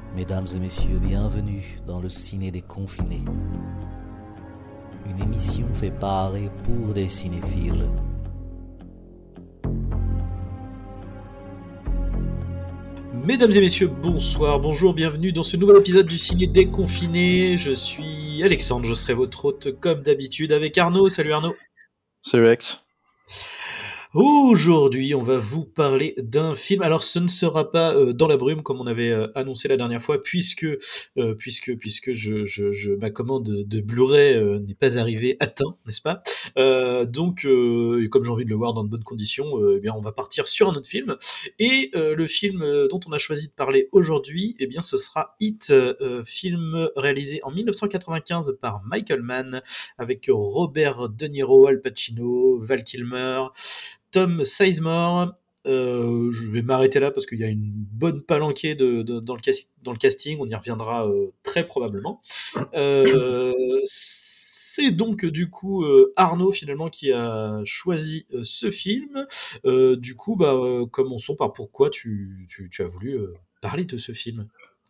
Mesdames et messieurs, bienvenue dans le Ciné des Confinés. Une émission fait par et pour des cinéphiles. Mesdames et messieurs, bonsoir, bonjour, bienvenue dans ce nouvel épisode du Ciné Déconfiné. Je suis Alexandre, je serai votre hôte comme d'habitude avec Arnaud. Salut Arnaud. Salut Alex. Aujourd'hui, on va vous parler d'un film. Alors, ce ne sera pas Dans la brume comme on avait annoncé la dernière fois, puisque ma commande de Blu-ray n'est pas arrivée à temps, n'est-ce pas ? Donc, et comme j'ai envie de le voir dans de bonnes conditions, eh bien, on va partir sur un autre film. Et le film dont on a choisi de parler aujourd'hui, eh bien, ce sera It, film réalisé en 1995 par Michael Mann, avec Robert De Niro, Al Pacino, Val Kilmer, Tom Sizemore. Je vais m'arrêter là parce qu'il y a une bonne palanquée dans le casting, on y reviendra très probablement. C'est donc du coup Arnaud finalement qui a choisi ce film. Du coup, commençons par pourquoi tu as voulu parler de ce film.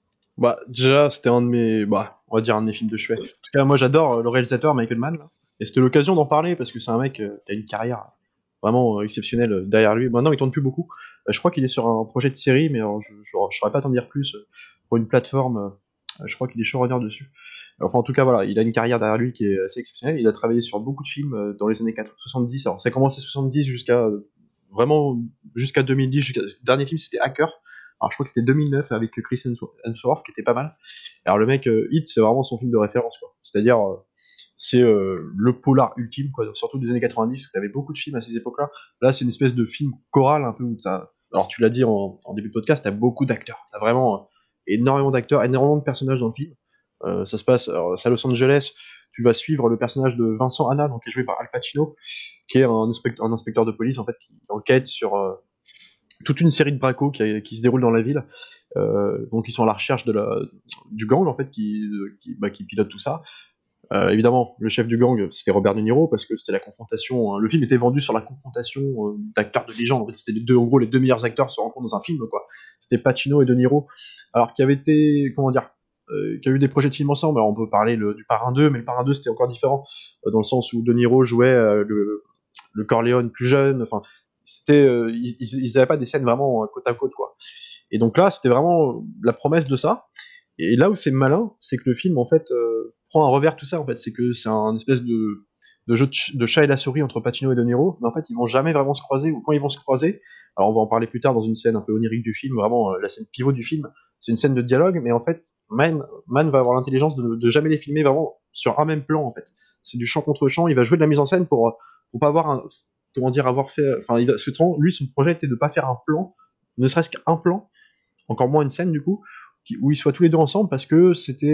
Déjà, c'était un de mes, on va dire un de mes films de chevet. En tout cas, moi j'adore le réalisateur Michael Mann, là. Et c'était l'occasion d'en parler parce que c'est un mec qui a une carrière vraiment exceptionnelle derrière lui. Maintenant, il tourne plus beaucoup. Je crois qu'il est sur un projet de série, mais alors, je saurais pas t'en dire plus. Pour une plateforme, je crois qu'il est showrunner dessus. Enfin, en tout cas, voilà, il a une carrière derrière lui qui est assez exceptionnelle. Il a travaillé sur beaucoup de films dans les années 70. Alors, ça a commencé 70 vraiment jusqu'à 2010. Le dernier film, c'était Hacker. Alors, je crois que c'était 2009 avec Chris Hemsworth, qui était pas mal. Alors, le mec, Hit, c'est vraiment son film de référence, quoi. C'est-à-dire, c'est le polar ultime, quoi. Surtout des années 90, où t'avais beaucoup de films à ces époques-là. Là, c'est une espèce de film choral, un peu, où ça. Alors, tu l'as dit en début de podcast, t'as beaucoup d'acteurs. T'as vraiment énormément d'acteurs, énormément de personnages dans le film. Ça se passe, alors, c'est à Los Angeles. Tu vas suivre le personnage de Vincent Hanna, donc qui est joué par Al Pacino, qui est un inspecteur de police, en fait, qui enquête sur toute une série de bracos qui se déroulent dans la ville. Donc ils sont à la recherche du gang en fait qui pilote tout ça. Évidemment, le chef du gang c'était Robert De Niro parce que c'était la confrontation. Le film était vendu sur la confrontation d'acteurs de légende. En fait, c'était les deux meilleurs acteurs se rencontrent dans un film, quoi. C'était Pacino et De Niro, alors qui avaient été qui a eu des projets de films ensemble. Alors on peut parler du Parrain 2, mais le Parrain 2 c'était encore différent dans le sens où De Niro jouait le Corleone plus jeune. Enfin, c'était ils avaient pas des scènes vraiment côte à côte, quoi. Et donc là c'était vraiment la promesse de ça. Et là où c'est malin, c'est que le film en fait prend un revers tout ça, en fait. C'est que c'est un espèce de jeu de chat et la souris entre Pacino et De Niro, mais en fait ils vont jamais vraiment se croiser, ou quand ils vont se croiser, alors on va en parler plus tard dans une scène un peu onirique du film, vraiment la scène pivot du film, c'est une scène de dialogue, mais en fait Mann va avoir l'intelligence de jamais les filmer vraiment sur un même plan, en fait. C'est du champ contre champ, il va jouer de la mise en scène pour pas avoir avoir fait, enfin parce que lui son projet était de pas faire un plan, ne serait-ce qu'un plan, encore moins une scène du coup, où ils soient tous les deux ensemble, parce que c'était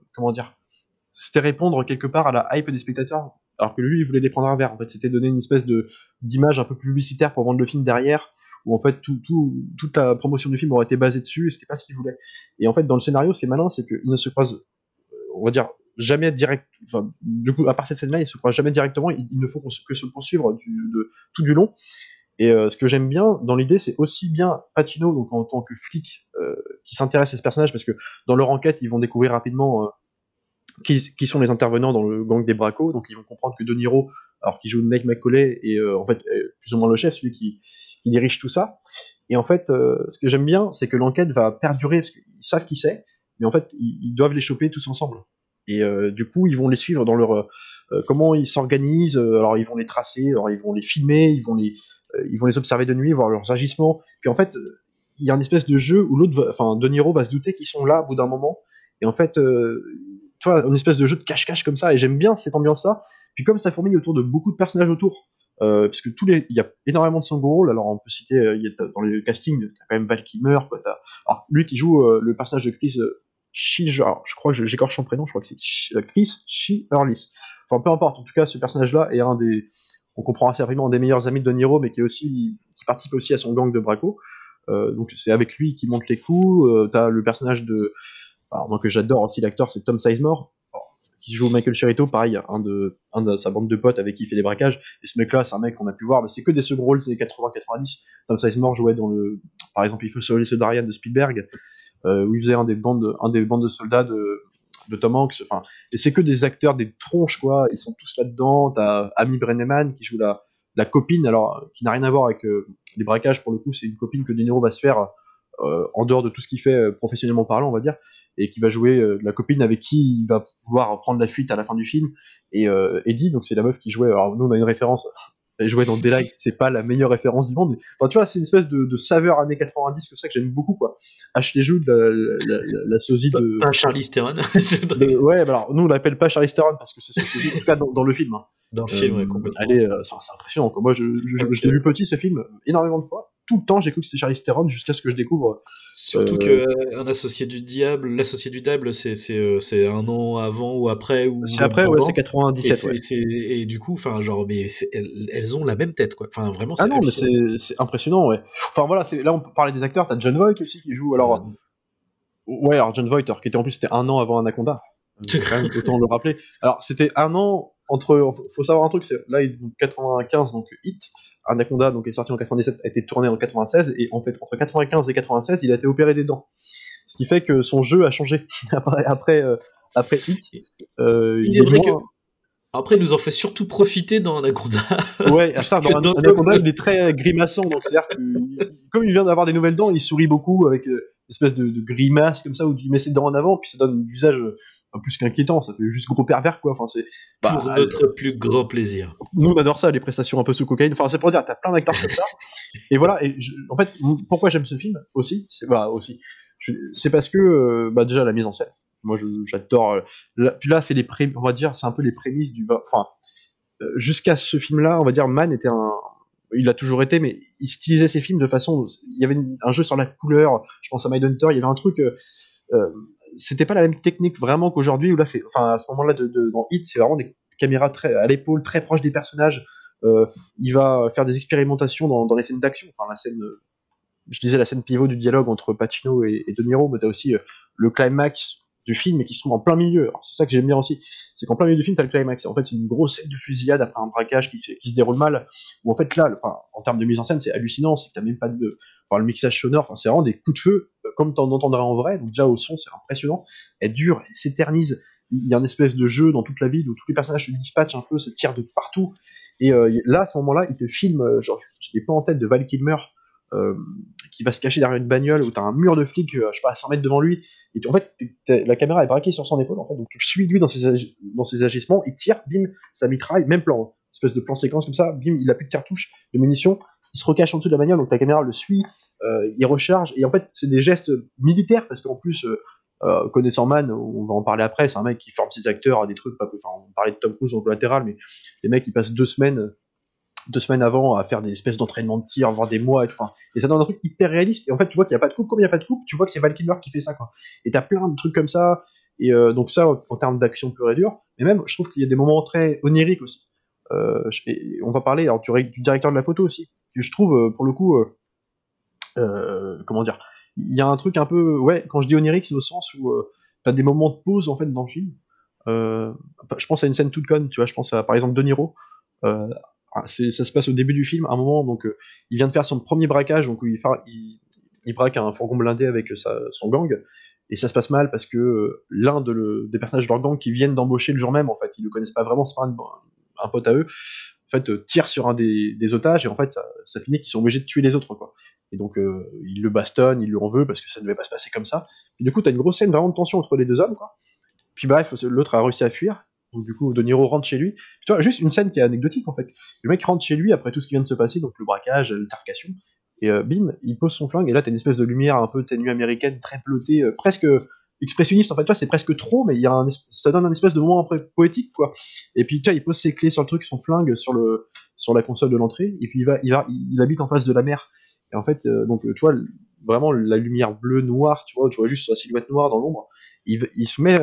c'était répondre quelque part à la hype des spectateurs, alors que lui il voulait les prendre à verre. En fait, c'était donner une espèce d'image un peu publicitaire pour vendre le film derrière, où en fait toute la promotion du film aurait été basée dessus, et c'était pas ce qu'il voulait. Et en fait dans le scénario c'est malin, c'est qu'ils ne se croisent, on va dire, jamais direct. Enfin, du coup, à part cette scène-là, ils se croisent jamais directement. Ils ne font que se poursuivre tout du long. Et ce que j'aime bien dans l'idée, c'est aussi bien Pacino, donc en tant que flic, qui s'intéresse à ce personnage, parce que dans leur enquête, ils vont découvrir rapidement qui sont les intervenants dans le gang des bracos. Donc ils vont comprendre que De Niro, alors qui joue Nate McCauley, est en fait plus ou moins le chef, celui qui dirige tout ça. Et en fait, ce que j'aime bien, c'est que l'enquête va perdurer, parce qu'ils savent qui c'est, mais en fait, ils doivent les choper tous ensemble. Et du coup, ils vont les suivre dans leur comment ils s'organisent. Alors, ils vont les tracer, alors ils vont les filmer, ils vont les observer de nuit, voir leurs agissements. Puis en fait, il y a une espèce de jeu où De Niro va se douter qu'ils sont là au bout d'un moment. Et en fait, tu vois, une espèce de jeu de cache-cache comme ça. Et j'aime bien cette ambiance-là. Puis comme ça fourmille autour de beaucoup de personnages autour, parce que il y a énormément de second rôles. Alors on peut citer, dans le casting, t'as quand même Val Kilmer, quoi. Alors lui qui joue le personnage de Chris alors, je crois que j'écorche son prénom, je crois que c'est Chris Shiherlis. Enfin, peu importe, en tout cas, ce personnage-là est on comprend assez rapidement, un des meilleurs amis de De Niro, mais qui participe aussi à son gang de braco. Donc c'est avec lui qui monte les coups. T'as le personnage alors moi que j'adore aussi, l'acteur, c'est Tom Sizemore, qui joue Michael Cherito, pareil, un de sa bande de potes avec qui il fait des braquages. Et ce mec-là, c'est un mec qu'on a pu voir, mais c'est que des second rôles, c'est les 80-90. Tom Sizemore jouait par exemple, Il faut sauver ce Darian de Spielberg. où il faisait un des bandes de soldats de Tom Hanks. Enfin, et c'est que des acteurs, des tronches quoi. Ils sont tous là-dedans. T'as Amy Brenneman qui joue la copine, alors qui n'a rien à voir avec les braquages pour le coup. C'est une copine que De Niro va se faire en dehors de tout ce qu'il fait professionnellement parlant, on va dire, et qui va jouer la copine avec qui il va pouvoir prendre la fuite à la fin du film. Et Eddie, donc c'est la meuf qui jouait. Alors nous on a une référence. Elle jouait dans Daylight, c'est pas la meilleure référence du monde. Mais, enfin, tu vois, c'est une espèce de saveur années 90 que ça que j'aime beaucoup, quoi. Ashley Judd, la sosie de. Pas Charlize Theron. Ouais, bah alors nous on l'appelle pas Charlize Theron parce que c'est son sosie, en tout cas dans le film. Hein. Dans le film, ouais, complètement. C'est impressionnant, quoi. Moi, je l'ai vu petit ce film énormément de fois. Tout le temps, j'ai cru que c'était Charlize Theron jusqu'à ce que je découvre. Surtout qu'un associé du diable, l'associé du diable, c'est un an avant ou après ou c'est après, ouais, c'est 97. Et du coup, enfin, genre, mais elles ont la même tête, quoi. Enfin, vraiment. Ah non, mais c'est impressionnant, ouais. Enfin voilà, là on peut parler des acteurs. T'as John Voight aussi qui joue. Alors ouais, alors John Voight, qui était en plus c'était un an avant Anaconda. Quand même, autant le rappeler. Alors c'était un an entre. Faut savoir un truc, c'est là il est 95 donc Hit. Anaconda donc est sorti en 97, a été tourné en 96 et en fait entre 95 et 96 il a été opéré des dents. Ce qui fait que son jeu a changé après Hit. Il est vrai que après il nous en fait surtout profiter dans Anaconda. Ouais, ça dans Anaconda il est très grimaçant, donc c'est-à-dire que comme il vient d'avoir des nouvelles dents, il sourit beaucoup avec une espèce de grimace comme ça où il met ses dents en avant puis ça donne un visage plus qu'inquiétant, ça fait juste gros pervers quoi. Enfin, c'est pour notre plus grand plaisir. Nous on adore ça, les prestations un peu sous cocaïne. Enfin, c'est pour dire, t'as plein d'acteurs comme ça. Et voilà. Et en fait, pourquoi j'aime ce film aussi, c'est parce que déjà la mise en scène. Moi, j'adore. Puis là, c'est on va dire, c'est un peu les prémices du. Enfin, jusqu'à ce film-là, on va dire, Mann était il a toujours été, mais il stylisait ses films de façon. Il y avait un jeu sur la couleur. Je pense à Mindhunter. Il y avait un truc. C'était pas la même technique vraiment qu'aujourd'hui où là à ce moment-là dans Hit c'est vraiment des caméras très à l'épaule très proches des personnages. Il va faire des expérimentations dans les scènes d'action, enfin la scène je disais la scène pivot du dialogue entre Pacino et De Niro, mais t'as aussi le climax du film qui se trouve en plein milieu. Alors, c'est ça que j'aime bien aussi, c'est qu'en plein milieu du film t'as le climax. En fait c'est une grosse scène de fusillade après un braquage qui se déroule mal, où en fait là en termes de mise en scène c'est hallucinant, c'est que t'as même pas le mixage sonore, c'est vraiment des coups de feu comme t'en entendrais en vrai. Donc déjà au son c'est impressionnant, elle dure, elle s'éternise, il y a une espèce de jeu dans toute la ville où tous les personnages se dispatchent un peu, se tirent de partout, et là à ce moment-là il te filme genre j'ai des plans en tête de Val Kilmer qui va se cacher derrière une bagnole où t'as un mur de flics, je sais pas, à 100 mètres devant lui, et en fait la caméra est braquée sur son épaule en fait, donc tu suis lui dans ses agissements, il tire, bim, ça mitraille, même plan, espèce de plan séquence comme ça, bim, il a plus de cartouches de munitions, il se recache en dessous de la bagnole, donc la caméra le suit, il recharge, et en fait c'est des gestes militaires parce qu'en plus connaissant Mann, on va en parler après, c'est un mec qui forme ses acteurs à des trucs on parlait de Tom Cruise en collatéral, mais les mecs ils passent 2 semaines avant à faire des espèces d'entraînement de tir, voire des mois, et ça donne un truc hyper réaliste, et en fait tu vois qu'il n'y a pas de coupe, comme il n'y a pas de coupe, tu vois que c'est Val Kilmer qui fait ça quoi, et t'as plein de trucs comme ça, et donc ça en termes d'action pure et dure, mais même je trouve qu'il y a des moments très oniriques aussi, et on va parler alors, du directeur de la photo aussi, que je trouve pour le coup comment dire, il y a un truc un peu, ouais, quand je dis onirique c'est au sens où t'as des moments de pause en fait dans le film, je pense à une scène toute conne, tu vois, je pense à par exemple De Niro, ça se passe au début du film, à un moment donc il vient de faire son premier braquage, donc où il braque un fourgon blindé avec son gang, et ça se passe mal parce que l'un des personnages de leur gang qui viennent d'embaucher le jour même, en fait ils le connaissent pas vraiment, c'est pas un pote à eux, en fait tire sur un des otages, et en fait ça finit qu'ils sont obligés de tuer les autres quoi. Et donc il le bastonne, il lui en veut parce que ça ne devait pas se passer comme ça, et du coup t'as une grosse scène vraiment de tension entre les deux hommes quoi. Puis bref, l'autre a réussi à fuir, donc du coup De Niro rentre chez lui, tu vois, juste une scène qui est anecdotique en fait, le mec rentre chez lui après tout ce qui vient de se passer, donc le braquage, l'altercation, et bim, il pose son flingue, et là t'as une espèce de lumière un peu ténue américaine, très bleutée, presque expressionniste en fait, tu vois, c'est presque trop, mais ça donne un espèce de moment après poétique quoi. Et puis tu vois, il pose ses clés sur le truc, son flingue sur la console de l'entrée, et puis il habite en face de la mer, et en fait donc tu vois vraiment la lumière bleu noire, tu vois juste sa silhouette noire dans l'ombre, il se met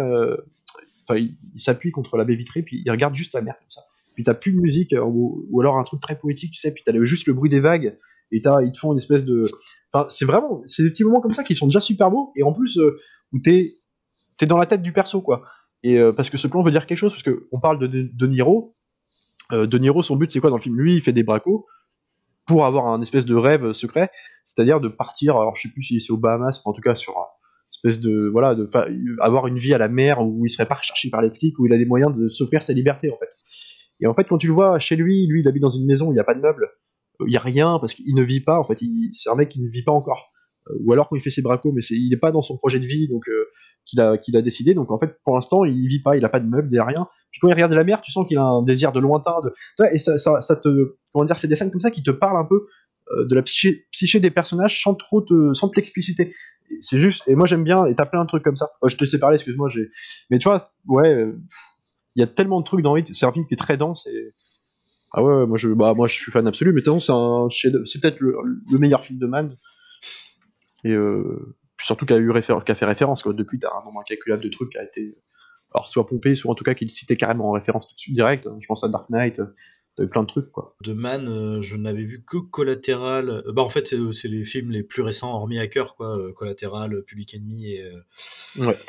il s'appuie contre la baie vitrée, puis il regarde juste la mer comme ça. Puis t'as plus de musique, ou alors un truc très poétique, tu sais, puis t'as juste le bruit des vagues, et ils te font une espèce de... Enfin, c'est des petits moments comme ça qui sont déjà super beaux, et en plus, où t'es dans la tête du perso, quoi. Et parce que ce plan veut dire quelque chose, parce qu'on parle de Niro. De Niro, son but, c'est quoi dans le film? Lui, il fait des bracos pour avoir un espèce de rêve secret, c'est-à-dire de partir, alors je sais plus si c'est aux Bahamas, en tout cas sur espèce de voilà, avoir une vie à la mer où il serait pas recherché par les flics, où il a les moyens de s'offrir sa liberté en fait. Et en fait, quand tu le vois chez lui, il habite dans une maison où il n'y a pas de meubles, il y a rien parce qu'il ne vit pas en fait. C'est un mec qui ne vit pas encore. Ou alors quand il fait ses bracos, mais il n'est pas dans son projet de vie, donc qu'il a décidé. Donc en fait, pour l'instant, il vit pas, il a pas de meubles, il a rien. Puis quand il regarde la mer, tu sens qu'il a un désir de lointain. Et ça te, comment dire, c'est des scènes comme ça qui te parlent un peu de la psyché des personnages sans te l'expliciter. C'est juste. Et moi j'aime bien. Et t'as plein de trucs comme ça. Je te laissais parler, excuse-moi. Mais tu vois, ouais, il y a tellement de trucs dans Hit. C'est un film qui est très dense et ah ouais, moi je suis fan absolu. Mais de toute façon, c'est peut-être le meilleur film de Mann. Et puis surtout qu'a fait référence quoi. Depuis t'as un nombre incalculable de trucs qui a été alors soit pompé, soit en tout cas qu'il citait carrément en référence tout de suite direct. Je pense à Dark Knight, t'as eu plein de trucs quoi. De Mann, je n'avais vu que Collateral. Bah en fait c'est les films les plus récents hormis Hacker quoi, Collateral, Public Enemy Ouais.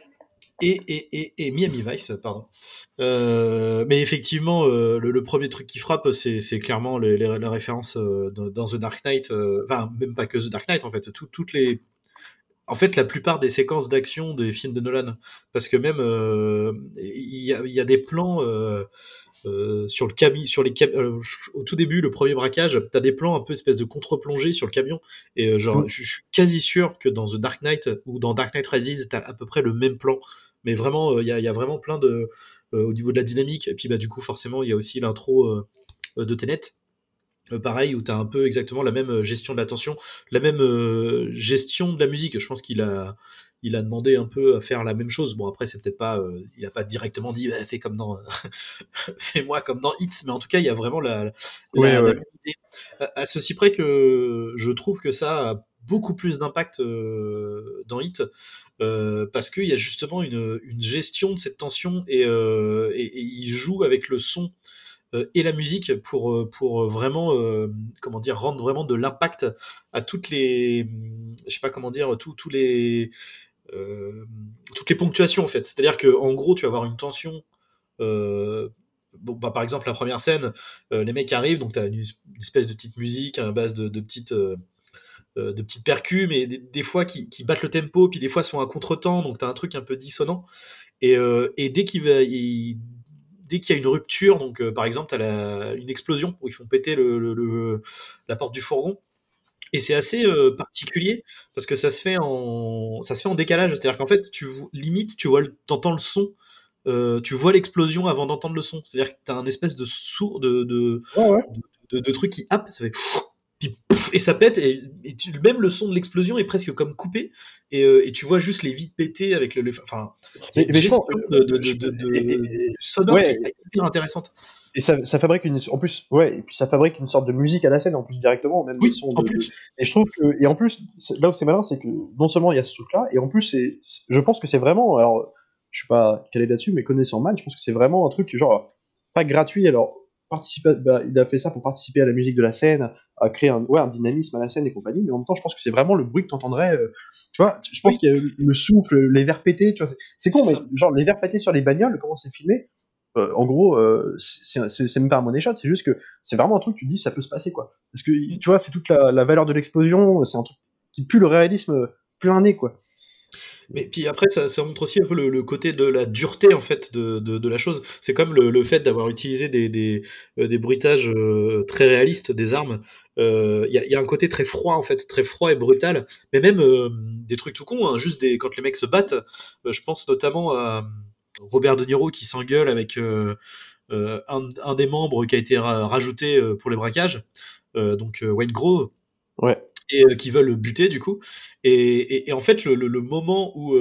Et Miami Vice, pardon. Mais effectivement, le premier truc qui frappe, c'est clairement la référence dans The Dark Knight. Enfin, même pas que The Dark Knight, en fait. Toutes les... En fait, la plupart des séquences d'action des films de Nolan. Parce que même, il y a des plans... sur le camion, au tout début, le premier braquage, t'as des plans un peu espèce de contre-plongée sur le camion. Et je suis quasi sûr que dans The Dark Knight ou dans Dark Knight Rises, t'as à peu près le même plan. Mais vraiment, il y a vraiment plein de au niveau de la dynamique. Et puis bah du coup, forcément, il y a aussi l'intro de Tenet. Pareil, où tu as un peu exactement la même gestion de l'attention, la même gestion de la musique. Je pense qu'il a demandé un peu à faire la même chose. Bon, après, c'est peut-être pas, il a pas directement dit, bah, fais comme dans, fais-moi comme dans Hits, mais en tout cas, il y a vraiment la même idée. À ceci près que je trouve que ça a beaucoup plus d'impact dans Hit, parce qu'il y a justement une gestion de cette tension et il joue avec le son et la musique pour vraiment comment dire rendre vraiment de l'impact à toutes les je sais pas comment dire tous les toutes les ponctuations en fait. C'est-à-dire que en gros tu vas avoir une tension. Bon, bah, par exemple, la première scène, les mecs arrivent, donc tu as une espèce de petite musique à base de petites percus, mais des fois qui battent le tempo, puis des fois sont à contre-temps, donc tu as un truc un peu dissonant. Et dès qu'il y a une rupture, donc par exemple, tu as une explosion où ils font péter la porte du fourgon. Et c'est assez particulier parce que ça se fait en décalage. C'est-à-dire qu'en fait, limite, t'entends le son, tu vois l'explosion avant d'entendre le son. C'est-à-dire que tu as un espèce de sourd de truc qui happe, ça fait puis pouf, et ça pète même le son de l'explosion est presque comme coupé et tu vois juste les vitres péter avec enfin mais je pense sonore qui est hyper intéressante. Et ça fabrique en plus, ouais, et puis ça fabrique une sorte de musique à la scène en plus directement, même oui, les sons en plus. Et je trouve que, et en plus, là où c'est malin, c'est que non seulement il y a ce truc-là, et en plus je pense que c'est vraiment, alors, je suis pas calé là-dessus, mais connaissant Mann, je pense que c'est vraiment un truc genre pas gratuit. Alors il a fait ça pour participer à la musique de la scène, à créer un dynamisme à la scène et compagnie, mais en même temps, je pense que c'est vraiment le bruit que t'entendrais. Tu vois, je pense qu'il y a le souffle, les verres pétés, tu vois, c'est con, mais genre les verres pétés sur les bagnoles, comment c'est filmé. En gros, c'est même pas un money shot, c'est juste que c'est vraiment un truc, tu te dis, ça peut se passer, quoi. Parce que, tu vois, c'est toute la valeur de l'explosion, c'est un truc qui pue le réalisme plein nez, quoi. Mais puis après, ça montre aussi un peu le côté de la dureté, en fait, de la chose. C'est comme le fait d'avoir utilisé des bruitages très réalistes, des armes. Il y a un côté très froid, en fait, très froid et brutal. Mais même des trucs tout cons, hein, juste quand les mecs se battent. Je pense notamment à Robert De Niro qui s'engueule avec un des membres qui a été rajouté pour les braquages, donc Wayne Grove. Ouais. Et qui veulent le buter du coup. Et en fait, le moment où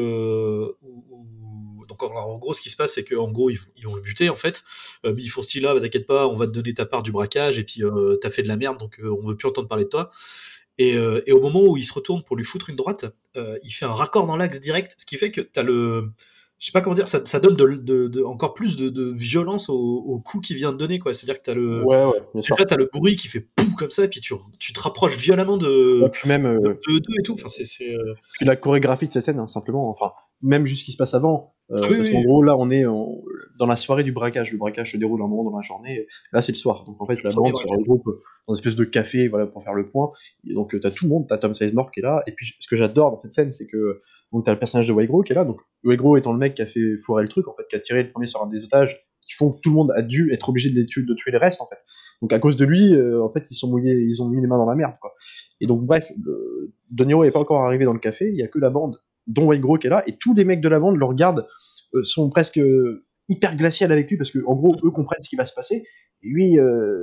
donc en gros, ce qui se passe, c'est qu'en gros, ils vont le buter en fait. Mais ils font style là, bah, t'inquiète pas, on va te donner ta part du braquage, et puis t'as fait de la merde, donc on veut plus entendre parler de toi. Et au moment où il se retourne pour lui foutre une droite, il fait un raccord dans l'axe direct, ce qui fait que t'as je sais pas comment dire, ça donne encore plus de violence au coup qu'il vient de donner, quoi. C'est-à-dire que t'as bien sûr. t'as le bruit qui fait pouf comme ça, et puis tu te rapproches violemment de puis même d'eux et tout. Enfin, puis la chorégraphie de cette scène, hein, simplement, enfin, même juste ce qui se passe avant, parce qu'en oui. gros, là, on est dans la soirée du braquage. Le braquage se déroule un moment dans la journée. Là, c'est le soir. Donc, en fait, la bande se regroupe dans une espèce de café, voilà, pour faire le point. Et donc, t'as tout le monde, t'as Tom Sizemore qui est là. Et puis, ce que j'adore dans cette scène, c'est que Donc t'as le personnage de Waigro qui est là, donc Waigro étant le mec qui a fait foirer le truc, en fait, qui a tiré le premier sur un des otages, qui font que tout le monde a dû être obligé de tuer les restes, en fait. Donc à cause de lui, en fait, ils ont mis les mains dans la merde, quoi. Et donc bref, De Niro est pas encore arrivé dans le café, il y a que la bande, dont Waigro qui est là, et tous les mecs de la bande le regardent, sont presque hyper glacial avec lui, parce que en gros, eux comprennent ce qui va se passer, et lui,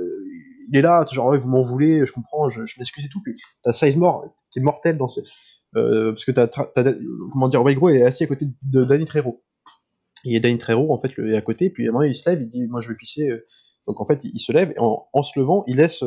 il est là, genre, ouais, vous m'en voulez, je comprends, je m'excuse et tout, puis t'as Sizemore, qui est mortel dans ce... parce que comment dire, Waigro est assis à côté de Danny Trejo. Et Danny Trejo, en fait, est à côté, puis à un moment, il se lève, il dit, moi, je vais pisser. Donc, en fait, il se lève, et en se levant, il laisse,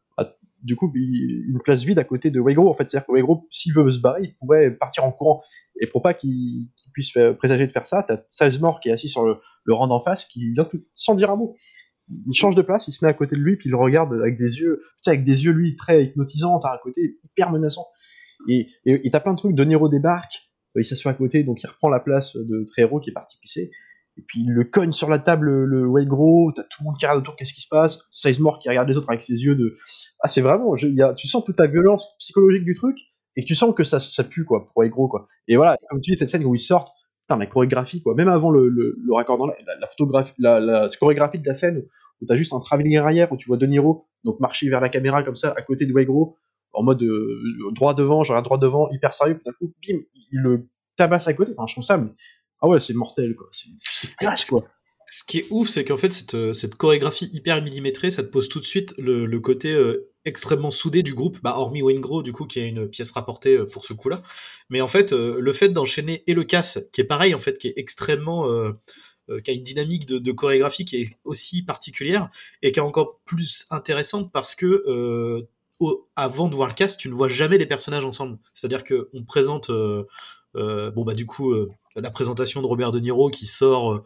du coup, une place vide à côté de Waigro, en fait. C'est-à-dire que Waigro, s'il veut se barrer, il pourrait partir en courant. Et pour pas qu'il puisse présager de faire ça, t'as Sizemore qui est assis sur le rang d'en face, qui vient sans dire un mot. Il change de place, il se met à côté de lui, puis il le regarde avec des yeux, tu sais, avec des yeux, lui, très hypnotisants, t'as un côté hyper menaçant. Et t'as plein de trucs. De Niro débarque, il s'assoit à côté, donc il reprend la place de Trejo qui est parti pisser. Et puis il le cogne sur la table, le Waigro, t'as tout le monde qui regarde autour, qu'est-ce qui se passe. Sizemore qui regarde les autres avec ses yeux de. Ah, c'est vraiment. Tu sens toute la violence psychologique du truc, et tu sens que ça pue, quoi, pour Waigro, quoi. Et voilà, comme tu dis, cette scène où ils sortent, putain, la chorégraphie, quoi. Même avant le raccordement, la photographie, la chorégraphie de la scène, où t'as juste un travelling arrière, où tu vois De Niro, donc marcher vers la caméra comme ça, à côté de Waigro, en mode droit devant, je regarde droit devant, hyper sérieux, puis d'un coup, bim, il le tabasse à côté. Enfin, je trouve ça, mais... ah ouais, c'est mortel, quoi. C'est classe, quoi. Ce qui est ouf, c'est qu'en fait, cette chorégraphie hyper millimétrée, ça te pose tout de suite le côté extrêmement soudé du groupe, bah, hormis Waingro, du coup, qui a une pièce rapportée pour ce coup-là. Mais en fait, le fait d'enchaîner et le casse, qui est pareil, en fait, qui est extrêmement... qui a une dynamique de chorégraphie qui est aussi particulière et qui est encore plus intéressante parce que avant de voir le cast, tu ne vois jamais les personnages ensemble. C'est-à-dire qu'on présente, bon bah du coup, la présentation de Robert De Niro qui sort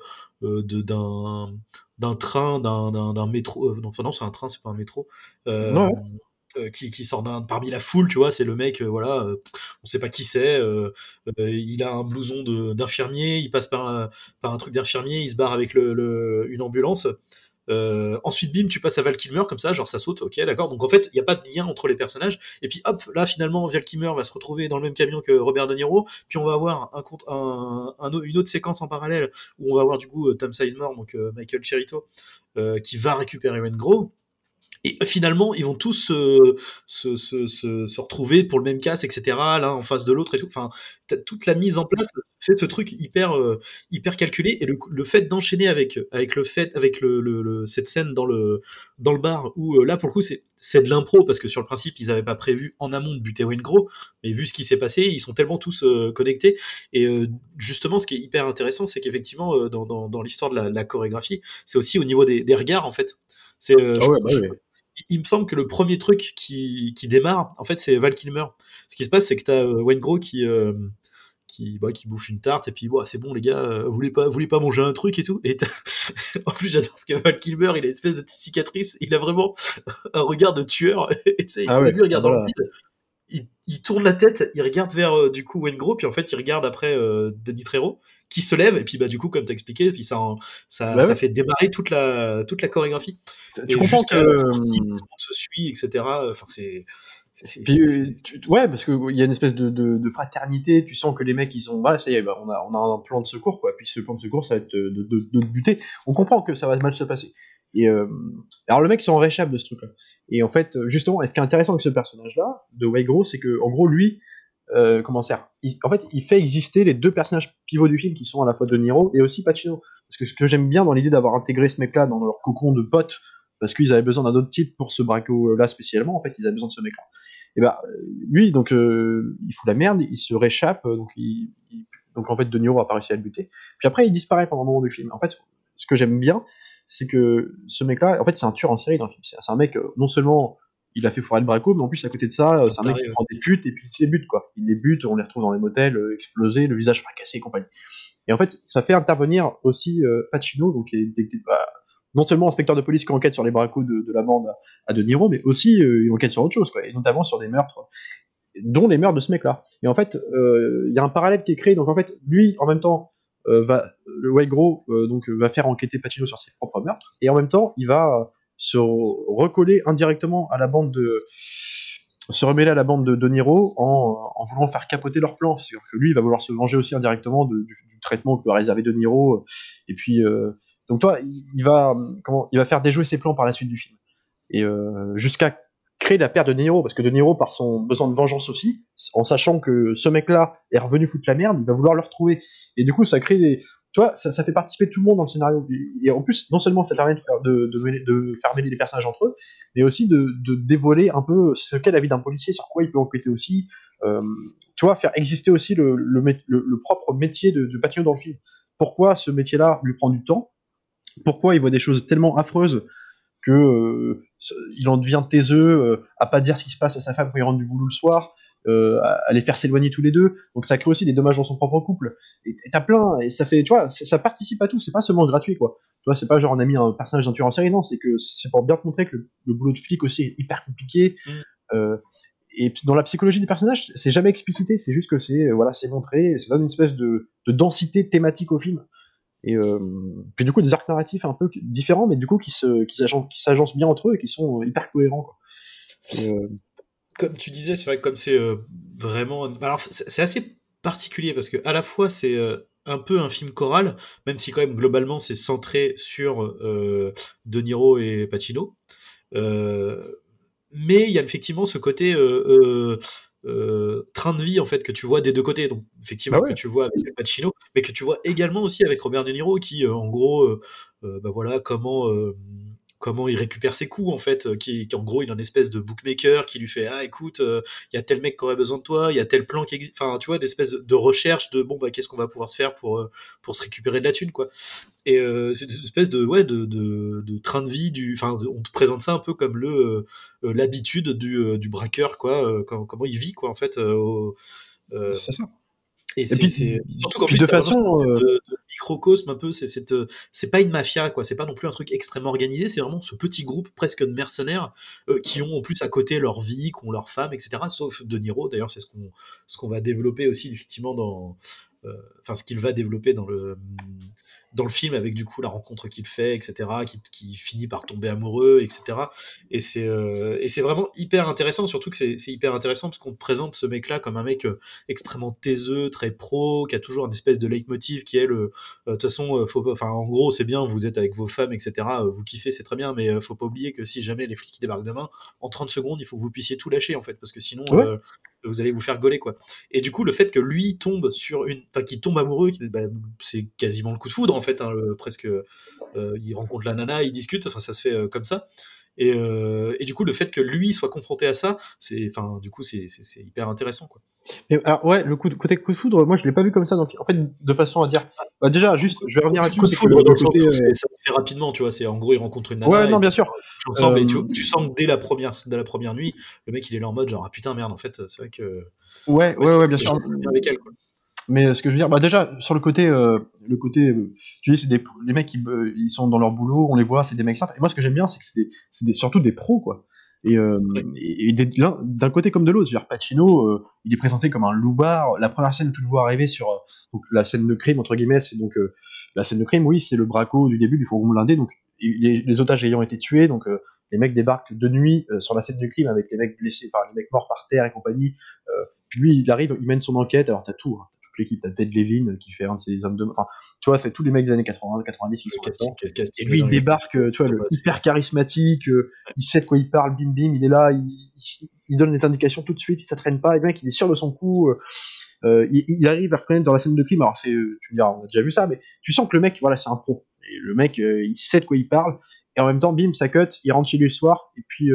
d'un train, d'un métro. Non, enfin non, c'est un train, c'est pas un métro. Ouais. Qui sort parmi la foule, tu vois, c'est le mec, voilà, on sait pas qui c'est, il a un blouson d'infirmier, il passe par un truc d'infirmier, il se barre avec une ambulance. Ensuite, bim, tu passes à Val Kilmer comme ça, genre ça saute, ok, d'accord. Donc en fait, il n'y a pas de lien entre les personnages. Et puis hop, là finalement, Val Kilmer va se retrouver dans le même camion que Robert De Niro. Puis on va avoir une autre séquence en parallèle où on va avoir du coup Tom Sizemore, donc Michael Cherito, qui va récupérer Waingro. Et finalement, ils vont tous se retrouver pour le même casse, etc. L'un en face de l'autre et tout. Enfin, toute la mise en place fait ce truc hyper calculé. Et le fait d'enchaîner avec cette scène dans le bar où là pour le coup c'est de l'impro parce que sur le principe ils n'avaient pas prévu en amont de buter Waingro, mais vu ce qui s'est passé, ils sont tellement tous connectés. Et justement, ce qui est hyper intéressant, c'est qu'effectivement dans l'histoire de la chorégraphie, c'est aussi au niveau des regards en fait. C'est il me semble que le premier truc qui démarre, en fait, c'est Val Kilmer. Ce qui se passe, c'est que t'as Waingro qui bouffe une tarte et puis c'est bon les gars, vous voulez pas manger un truc et tout. Et en plus j'adore ce que Val Kilmer, il a une espèce de petite cicatrice, il a vraiment un regard de tueur. Et tu sais, au début il regarde dans le vide, il tourne la tête, il regarde vers du coup Waingro, puis en fait il regarde après Danny Trejo qui se lève et puis bah du coup comme t'as expliqué, puis ça fait démarrer toute la chorégraphie. Tu comprends que on se suit, etc. Enfin ouais, parce qu'il y a une espèce de fraternité, tu sens que les mecs ils ont, voilà, ça y est, bah, on a un plan de secours, quoi, puis ce plan de secours ça va être de te buter. On comprend que ça va mal se passer. Et alors le mec s'en réchappe de ce truc-là. Et en fait, justement, et ce qui est intéressant avec ce personnage-là, de Waigro, c'est que en gros lui, comment dire, en fait, il fait exister les deux personnages pivots du film qui sont à la fois De Niro et aussi Pacino. Parce que ce que j'aime bien dans l'idée d'avoir intégré ce mec-là dans leur cocon de potes, parce qu'ils avaient besoin d'un autre type pour ce braco-là spécialement, en fait, ils avaient besoin de ce mec-là. Et bah, lui, donc, il fout la merde, il se réchappe, donc en fait, De Niro a pas réussi à le buter. Puis après, il disparaît pendant un moment du film. En fait, ce que j'aime bien, c'est que ce mec-là, en fait, c'est un tueur en série dans le film. C'est un mec, non seulement il a fait foirer le braco, mais en plus, à côté de ça, c'est un mec qui prend des putes et puis il se les bute, quoi. Il les bute, on les retrouve dans les motels, explosés, le visage fracassé et compagnie. Et en fait, ça fait intervenir aussi Pacino, donc qui est non seulement inspecteur de police qui enquête sur les bracos de la bande à De Niro, mais aussi il enquête sur autre chose, quoi, et notamment sur des meurtres, dont les meurtres de ce mec-là. Et en fait, il y a un parallèle qui est créé, donc en fait, lui, en même temps, le Waigro va faire enquêter Pacino sur ses propres meurtres, et en même temps, il va se recoller indirectement à la bande se remêler à la bande de Niro en voulant faire capoter leur plan. C'est-à-dire que lui, il va vouloir se venger aussi indirectement du traitement que va réserver De Niro. Et puis, donc toi, il va faire déjouer ses plans par la suite du film. Et jusqu'à créer la paire de Niro, parce que De Niro, par son besoin de vengeance aussi, en sachant que ce mec-là est revenu foutre la merde, il va vouloir le retrouver. Et du coup, ça crée des... Tu vois, ça fait participer tout le monde dans le scénario. Et en plus, non seulement ça permet de faire mêler les personnages entre eux, mais aussi de dévoiler un peu ce qu'est la vie d'un policier, sur quoi il peut enquêter aussi. Tu vois, faire exister aussi le propre métier de Pacino dans le film. Pourquoi ce métier-là lui prend du temps? Pourquoi il voit des choses tellement affreuses que il en devient taiseux, à pas dire ce qui se passe à sa femme quand il rentre du boulot le soir, à les faire s'éloigner tous les deux. Donc ça crée aussi des dommages dans son propre couple. Et t'as plein, et ça fait, tu vois, ça participe à tout. C'est pas seulement gratuit, quoi. Tu vois, c'est pas genre on a mis un personnage d'un tueur en série, non. C'est que c'est pour bien te montrer que le boulot de flic aussi est hyper compliqué. Et dans la psychologie des personnages, c'est jamais explicité. C'est juste que c'est montré. Et ça donne une espèce de densité thématique au film. Et puis du coup des arcs narratifs un peu différents, mais du coup qui s'agencent bien entre eux et qui sont hyper cohérents, quoi. Et, Comme tu disais, c'est vrai que comme c'est vraiment... Alors, c'est assez particulier parce que à la fois, c'est un peu un film choral, même si quand même, globalement, c'est centré sur De Niro et Pacino. Euh, mais il y a effectivement ce côté train de vie en fait que tu vois des deux côtés. Donc effectivement ouais. que tu vois avec Pacino, mais que tu vois également aussi avec Robert De Niro qui en gros, bah voilà comment il récupère ses coups en fait, qui en gros il est un espèce de bookmaker qui lui fait ah écoute il y a tel mec qui aurait besoin de toi, il y a tel plan qui existe, enfin tu vois d'espèce de recherche de bon bah qu'est-ce qu'on va pouvoir se faire pour se récupérer de la thune quoi. Et c'est une espèce de train de vie enfin on te présente ça un peu comme l'habitude du braqueur quoi, comment il vit quoi en fait. C'est ça. Et Et puis, surtout qu'en puis plus de t'as vraiment façon, cette espèce de microcosme un peu, c'est pas une mafia quoi, c'est pas non plus un truc extrêmement organisé, c'est vraiment ce petit groupe presque de mercenaires qui ont en plus à côté leur vie, qui ont leur femme, etc. Sauf De Niro d'ailleurs, c'est ce qu'on va développer aussi effectivement enfin ce qu'il va développer dans le film avec du coup la rencontre qu'il fait, etc., qui finit par tomber amoureux, etc. Et c'est vraiment hyper intéressant, surtout que c'est hyper intéressant parce qu'on te présente ce mec-là comme un mec extrêmement taiseux, très pro, qui a toujours une espèce de leitmotiv qui est de toute façon, faut pas, enfin en gros c'est bien, vous êtes avec vos femmes, etc., vous kiffez, c'est très bien, mais faut pas oublier que si jamais les flics débarquent demain, en 30 secondes, il faut que vous puissiez tout lâcher en fait, parce que sinon ouais. vous allez vous faire gauler quoi. Et du coup, le fait que lui tombe qu'il tombe amoureux, c'est quasiment le coup de foudre en fait, hein, presque. Il rencontre la nana, ils discutent, enfin ça se fait comme ça. Et du coup, le fait que lui soit confronté à ça, enfin du coup, c'est hyper intéressant quoi. Mais alors ouais, côté coup de foudre, moi je l'ai pas vu comme ça. Donc en fait, de façon à dire, bah déjà juste, je vais revenir là-dessus, Coup de c'est que foudre dans le le sens côté, où ça se fait rapidement, tu vois. C'est en gros, il rencontre une ouais, nana et non, puis bien sûr. ils couchent ensemble et tu sens que dès la première nuit, le mec il est là en mode genre ah putain merde en fait, c'est vrai que Ouais, bien j'ai sûr. bien avec elle quoi. Mais ce que je veux dire, bah déjà sur le côté, tu dis, les mecs, ils sont dans leur boulot, on les voit, c'est des mecs simples. Et moi, ce que j'aime bien, c'est que surtout des pros, quoi. Et, Ouais. d'un côté comme de l'autre, je veux dire, Pacino, il est présenté comme un loupard. La première scène où tu le vois arriver sur donc, la scène de crime entre guillemets, c'est donc la scène de crime, oui, c'est le braco du début du fourgon blindé. Donc les otages ayant été tués, donc les mecs débarquent de nuit sur la scène de crime avec les mecs blessés, enfin les mecs morts par terre et compagnie. Puis lui, il arrive, il mène son enquête. Alors t'as tout, hein, toute l'équipe, t'as Ted Levin qui fait un de ces hommes de, enfin, tu vois, c'est tous les mecs des années 80, 90 qui sont là-dedans. Et lui, il débarque, tu vois, hyper charismatique, il sait de quoi il parle, bim bim, il est là, il donne les indications tout de suite, ça traîne pas, et le mec, il est sûr de son coup, il arrive à reconnaître dans la scène de crime, alors tu me diras, on a déjà vu ça, mais tu sens que le mec, voilà, c'est un pro. Et le mec, il sait de quoi il parle, et en même temps, bim, ça cut, il rentre chez lui le soir, et puis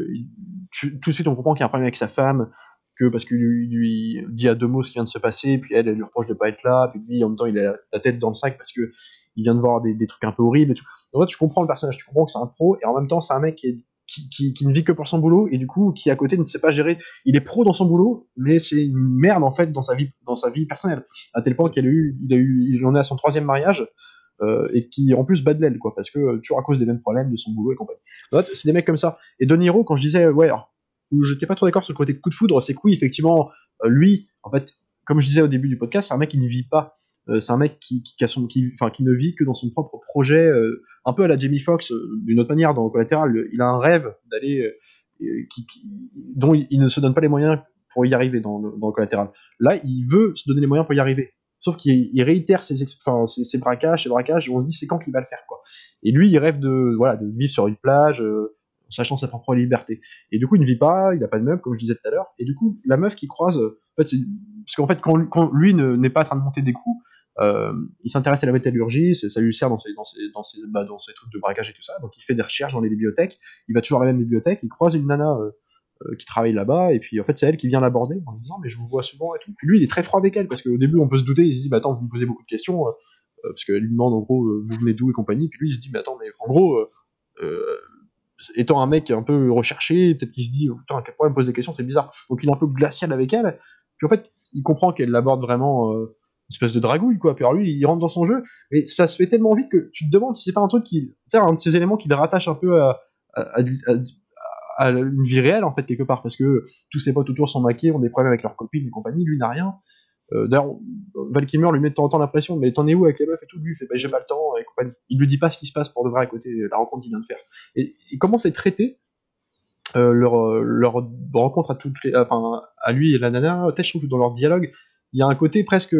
tout de suite, on comprend qu'il y a un problème avec sa femme, parce qu'il lui dit à deux mots ce qui vient de se passer, puis elle lui reproche de pas être là, puis lui, en même temps, il a la tête dans le sac parce que il vient de voir des trucs un peu horribles et tout. Donc, en fait, tu comprends le personnage, tu comprends que c'est un pro, et en même temps, c'est un mec qui ne vit que pour son boulot, et du coup, qui à côté ne sait pas gérer. Il est pro dans son boulot, mais c'est une merde, en fait, dans sa vie personnelle. À tel point il en est à son 3e mariage, et qui en plus bat de l'aile, quoi, parce que toujours à cause des mêmes problèmes de son boulot et compagnie. Donc, c'est des mecs comme ça. Et De Niro, quand je disais, ouais, alors, où j'étais pas trop d'accord sur le côté coup de foudre, c'est que oui, effectivement, lui, en fait, comme je disais au début du podcast, c'est un mec qui ne vit pas. C'est un mec qui ne vit que dans son propre projet, un peu à la Jamie Foxx, d'une autre manière, dans Collateral. Il a un rêve d'aller. dont il ne se donne pas les moyens pour y arriver dans le collatéral. Là, il veut se donner les moyens pour y arriver. Sauf qu'il réitère ses braquages, et on se dit c'est quand qu'il va le faire, quoi. Et lui, il rêve de vivre sur une plage, sachant sa propre liberté. Et du coup, il ne vit pas, il n'a pas de meuf, comme je disais tout à l'heure. Et du coup, la meuf qui croise, parce qu'en fait, quand lui n'est pas en train de monter des coups, il s'intéresse à la métallurgie, ça lui sert dans ses trucs de braquage et tout ça. Donc, il fait des recherches dans les bibliothèques. Il va toujours à la même bibliothèque. Il croise une nana qui travaille là-bas, et puis en fait c'est elle qui vient l'aborder en lui disant mais je vous vois souvent et tout. Puis lui il est très froid avec elle parce qu'au début on peut se douter, il se dit bah attends vous me posez beaucoup de questions parce qu'elle lui demande en gros vous venez d'où et compagnie, puis lui il se dit mais attends mais en gros étant un mec un peu recherché, peut-être qu'il se dit putain à quel point elle me pose des questions, c'est bizarre. Donc il est un peu glacial avec elle, puis en fait il comprend qu'elle l'aborde vraiment une espèce de dragouille quoi, puis alors lui il rentre dans son jeu, mais ça se fait tellement vite que tu te demandes si c'est pas un truc qui, tu sais, un de ces éléments qui le rattache un peu à une vie réelle en fait quelque part, parce que tous ses potes autour sont maqués, ont des problèmes avec leurs copines et compagnie, lui n'a rien. D'ailleurs Val Kilmer lui met de temps en temps la pression, mais t'en es où avec les meufs et tout, lui il fait bah j'ai pas le temps et compagnie. Il lui dit pas ce qui se passe pour de vrai à côté la rencontre qu'il vient de faire, et comment c'est traité leur rencontre à lui et la nana. Peut-être je trouve que dans leur dialogue il y a un côté presque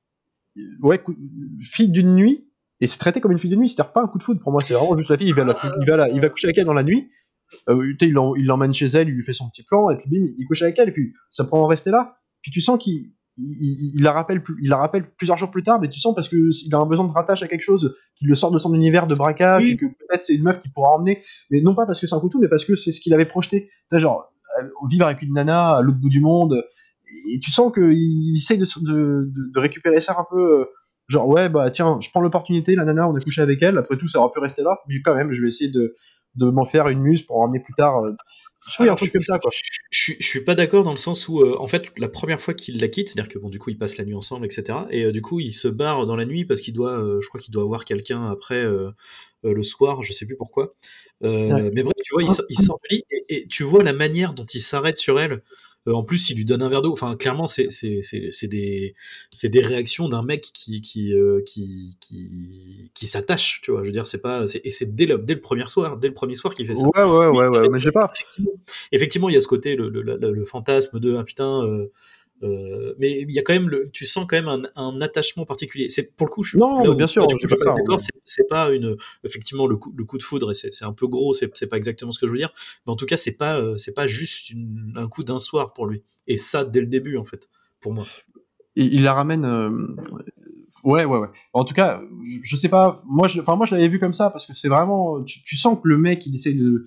fille d'une nuit, et c'est traité comme une fille d'une nuit, c'est-à-dire pas un coup de foudre pour moi, c'est vraiment juste la fille, il va coucher avec elle dans la nuit. Il l'emmène chez elle, il lui fait son petit plan, et puis bim, il couche avec elle, et puis ça prend en rester là. Puis tu sens qu'il la rappelle plusieurs jours plus tard, mais tu sens parce qu'il a un besoin de rattache à quelque chose qui le sort de son univers de braquage, et que peut-être c'est une meuf qui pourra emmener, mais non pas parce que c'est un coup de foudre, mais parce que c'est ce qu'il avait projeté. Genre, vivre avec une nana à l'autre bout du monde, et tu sens qu'il essaye de récupérer ça un peu. Genre, ouais, bah tiens, je prends l'opportunité, la nana, on a couché avec elle, après tout, ça aurait pu rester là, mais quand même, je vais essayer de m'en faire une muse pour en ramener plus tard. Je trouve un truc comme ça, quoi. Je suis pas d'accord dans le sens où, en fait, la première fois qu'il la quitte, c'est-à-dire que bon, du coup, ils passent la nuit ensemble, etc. Et du coup, il se barre dans la nuit parce qu'il doit, je crois qu'il doit avoir quelqu'un après le soir, je sais plus pourquoi. Ouais. Mais bref, tu vois, il sort du lit et tu vois la manière dont il s'arrête sur elle. En plus, il lui donne un verre d'eau. Enfin, clairement, c'est des réactions d'un mec qui s'attache, tu vois. Je veux dire, c'est pas, et c'est dès le premier soir qu'il fait ça. Ouais, mais je sais pas. Effectivement, il y a ce côté, le fantasme de ah putain. Mais il y a quand même tu sens quand même un attachement particulier. C'est pour le coup, bien sûr, je suis pas d'accord. C'est pas effectivement le coup de foudre, et c'est un peu gros. C'est pas exactement ce que je veux dire. Mais en tout cas, c'est pas juste un coup d'un soir pour lui. Et ça dès le début en fait, pour moi. Il la ramène. Ouais. En tout cas, je sais pas. Moi, je l'avais vu comme ça parce que c'est vraiment. Tu sens que le mec, il essaye de.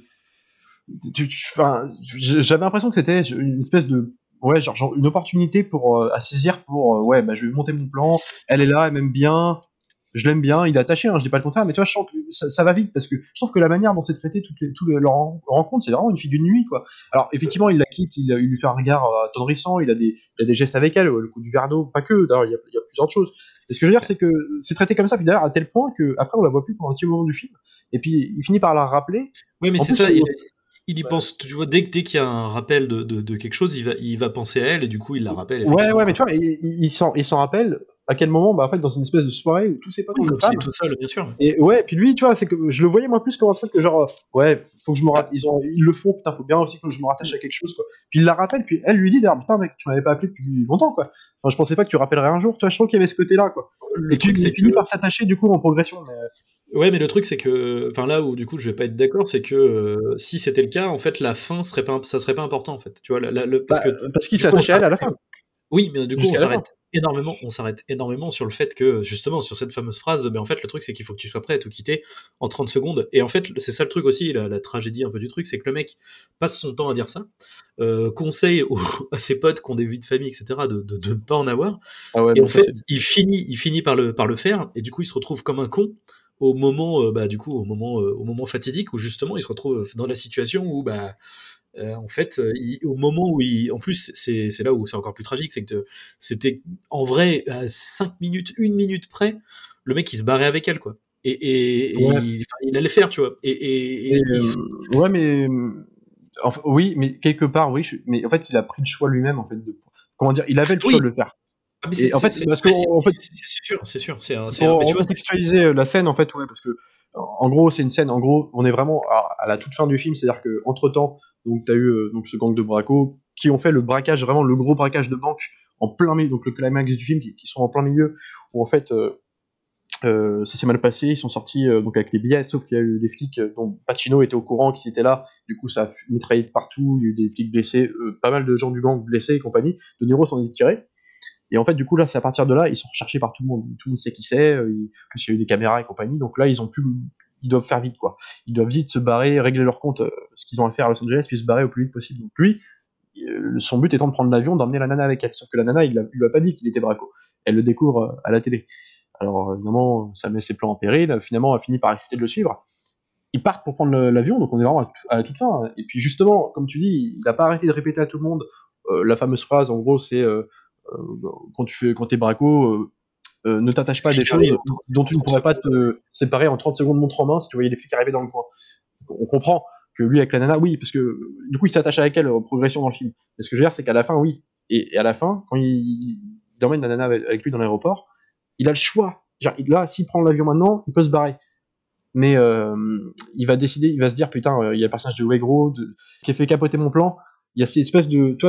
J'avais l'impression que c'était une espèce de. Ouais, genre une opportunité à saisir pour. Je vais monter mon plan. Elle est là, elle m'aime bien. Je l'aime bien, il est attaché, hein, je dis pas le contraire, mais tu vois, je sens que ça va vite parce que je trouve que la manière dont c'est traité leur rencontre, c'est vraiment une fille d'une nuit, quoi. Alors, effectivement, il la quitte, il lui fait un regard attendrissant, il a des gestes avec elle, le coup du verre d'eau, pas que, d'ailleurs, il y a plusieurs choses. Et ce que je veux dire, c'est que c'est traité comme ça, puis d'ailleurs, à tel point que après on la voit plus pendant un petit moment du film, et puis il finit par la rappeler. Oui, mais c'est ça, il y pense, tu vois, dès qu'il y a un rappel de quelque chose, il va penser à elle, et du coup, il la rappelle. Ouais, mais tu vois, il s'en rappelle. À quel moment, en fait, dans une espèce de soirée où tous ses potes ont une femme. Tout seul, bien sûr. Et ouais, puis lui, tu vois, c'est que je le voyais moi plus comme un truc que genre, faut que je me ils le font, putain, faut bien aussi que je me rattache à quelque chose, quoi. Puis il la rappelle, puis elle lui dit d'ailleurs, putain, mec, tu m'avais pas appelé depuis longtemps, quoi. Enfin, je pensais pas que tu rappellerais un jour, tu vois, je trouve qu'il y avait ce côté-là, quoi. Et puis il finit par s'attacher, du coup, en progression. Ouais, mais le truc, c'est que, enfin, là où du coup je vais pas être d'accord, c'est que si c'était le cas, en fait, la fin serait pas important, en fait. Tu vois, parce qu'il s'est attaché à elle à la fin. Oui, mais du coup, on s'arrête énormément sur le fait que, justement, sur cette fameuse phrase, en fait, le truc, c'est qu'il faut que tu sois prêt à tout quitter en 30 secondes. Et en fait, c'est ça le truc aussi, la tragédie un peu du truc, c'est que le mec passe son temps à dire ça, conseille à ses potes qui ont des vies de famille, etc., de ne pas en avoir. Et en fait, il finit par le faire, et du coup, il se retrouve comme un con au moment, au moment fatidique, où justement, il se retrouve dans la situation où, en fait, au moment où en plus, c'est là où c'est encore plus tragique, c'est que c'était en vrai à 5 minutes, 1 minute près, le mec il se barrait avec elle, quoi. Et il allait faire, tu vois. Ouais, mais enfin, oui, mais quelque part, oui, mais en fait, il a pris le choix lui-même, en fait, comment dire, il avait le choix de le faire. Ah, mais en fait, parce que c'est sûr, pour contextualiser la scène, en fait, ouais, parce que en gros, c'est une scène, en gros, on est vraiment à la toute fin du film, c'est-à-dire que entre temps, Donc t'as eu donc ce gang de bracos qui ont fait le braquage, vraiment le gros braquage de banque en plein milieu, donc le climax du film, qui sont en plein milieu, où en fait ça s'est mal passé, ils sont sortis donc avec les billets, sauf qu'il y a eu des flics dont Pacino était au courant qu'ils étaient là, du coup ça a mitraillé de partout, il y a eu des flics blessés, pas mal de gens du gang blessés et compagnie, De Niro s'en est tiré, et en fait du coup là c'est à partir de là, ils sont recherchés par tout le monde sait qui c'est, parce qu'il y a eu des caméras et compagnie, donc là ils doivent faire vite quoi, ils doivent vite se barrer, régler leur compte, ce qu'ils ont à faire à Los Angeles, puis se barrer au plus vite possible, donc lui, son but étant de prendre l'avion, d'emmener la nana avec elle, sauf que la nana il lui a pas dit qu'il était braco, elle le découvre à la télé. Alors évidemment, ça met ses plans en péril. Finalement, elle finit par accepter de le suivre. Ils partent pour prendre l'avion, donc on est vraiment à la toute fin. Et puis justement, comme tu dis, il n'a pas arrêté de répéter à tout le monde la fameuse phrase. En gros, c'est quand t'es braco, ne t'attache pas à des choses dont tu ne pourrais pas te séparer en 30 secondes montre en main si tu voyais les flics arriver dans le coin. On comprend que lui avec la nana, oui, parce que du coup il s'attache avec elle en progression dans le film. Mais ce que je veux dire, c'est qu'à la fin, oui. Et à la fin, quand il emmène la nana avec lui dans l'aéroport, il a le choix. Genre, là, s'il prend l'avion maintenant, il peut se barrer. Mais il va décider, il va se dire, putain, il y a le personnage de Waygro qui a fait capoter mon plan. Il y a cette espèce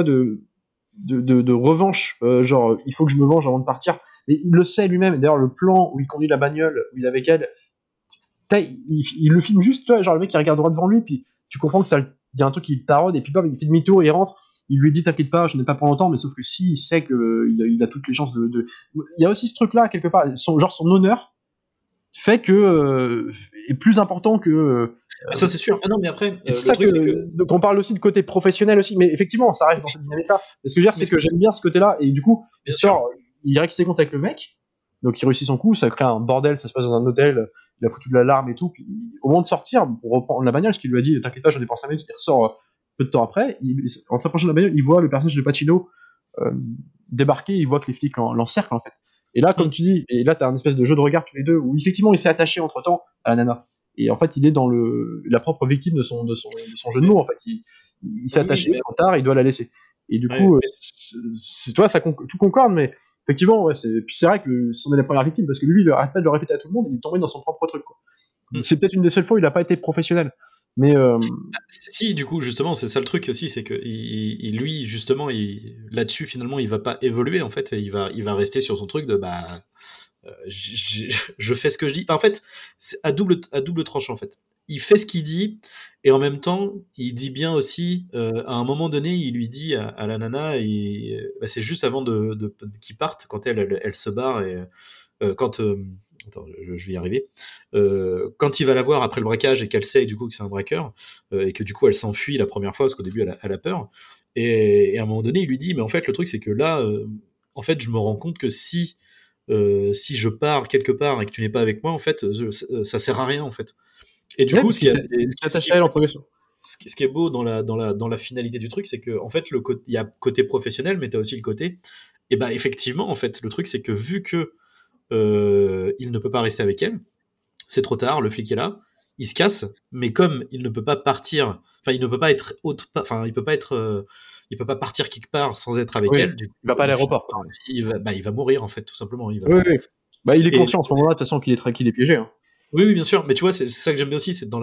de revanche, genre, il faut que je me venge avant de partir. Mais il le sait lui-même. D'ailleurs, le plan où il conduit la bagnole, où il est avec elle, il le filme juste, toi, genre le mec il regarde droit devant lui, puis tu comprends que il y a un truc qui le taraude, et puis bam, il fait demi-tour, il rentre. Il lui dit t'inquiète pas, je n'ai pas pour longtemps, mais sauf que si il sait que il a toutes les chances de. Il y a aussi ce truc là quelque part, son honneur fait que est plus important que. Ça c'est sûr. Ah non mais après. C'est ça donc on parle aussi de côté professionnel aussi, mais effectivement ça reste dans cette dynamique là. Mais ce que je veux dire c'est que j'aime bien ce côté là, et du coup il règle ses comptes avec le mec, donc il réussit son coup, ça crée un bordel, ça se passe dans un hôtel. Il a foutu de l'alarme et tout, puis au moment de sortir pour reprendre la bagnole, parce qu'il lui a dit t'inquiète pas, j'en ai pour 5 minutes, il ressort peu de temps après, en s'approchant de la bagnole, il voit le personnage de Pacino débarquer, il voit que les flics l'encerclent en fait. Et là, comme tu dis, et là t'as un espèce de jeu de regard tous les deux, où effectivement il s'est attaché entre temps à la nana. Et en fait il est dans la propre victime de son jeu de mots en fait. Il s'est attaché trop tard, il doit la laisser. Et du coup, toi ça tout concorde, mais effectivement, ouais, c'est vrai que c'en est la première victime, parce que lui, il arrête pas de le répéter à tout le monde, il est tombé dans son propre truc, quoi. C'est peut-être une des seules fois où il a pas été professionnel. Mais si, du coup, justement, c'est ça le truc aussi, c'est que lui, justement, là-dessus, finalement, il va pas évoluer, en fait, et il va rester sur son truc de je fais ce que je dis. En fait, c'est à double tranchant, en fait. Il fait ce qu'il dit, et en même temps, il dit bien aussi, à un moment donné, il lui dit à la nana, c'est juste avant qu'il parte, quand elle se barre, et quand... attends, je vais y arriver. Quand il va la voir après le braquage, et qu'elle sait du coup que c'est un braqueur, et que du coup elle s'enfuit la première fois, parce qu'au début elle a peur, et à un moment donné, il lui dit, mais en fait, le truc c'est que là, en fait, je me rends compte que si je pars quelque part et que tu n'es pas avec moi, en fait, ça sert à rien, en fait. Et du coup, ce qui est beau dans la finalité du truc, c'est que en fait, il y a côté professionnel, mais tu as aussi le côté, et bah effectivement, en fait, le truc c'est que vu que il ne peut pas rester avec elle, c'est trop tard, le flic est là, il se casse, mais comme il ne peut pas partir, enfin il ne peut pas être il peut pas partir quelque part sans être avec elle, du coup, il va pas à l'aéroport. Il va mourir, en fait, tout simplement. Oui. Bah, il est conscient à ce moment-là, de toute façon, qu'il est piégé. Hein. Oui, bien sûr. Mais tu vois, c'est ça que j'aime bien aussi, c'est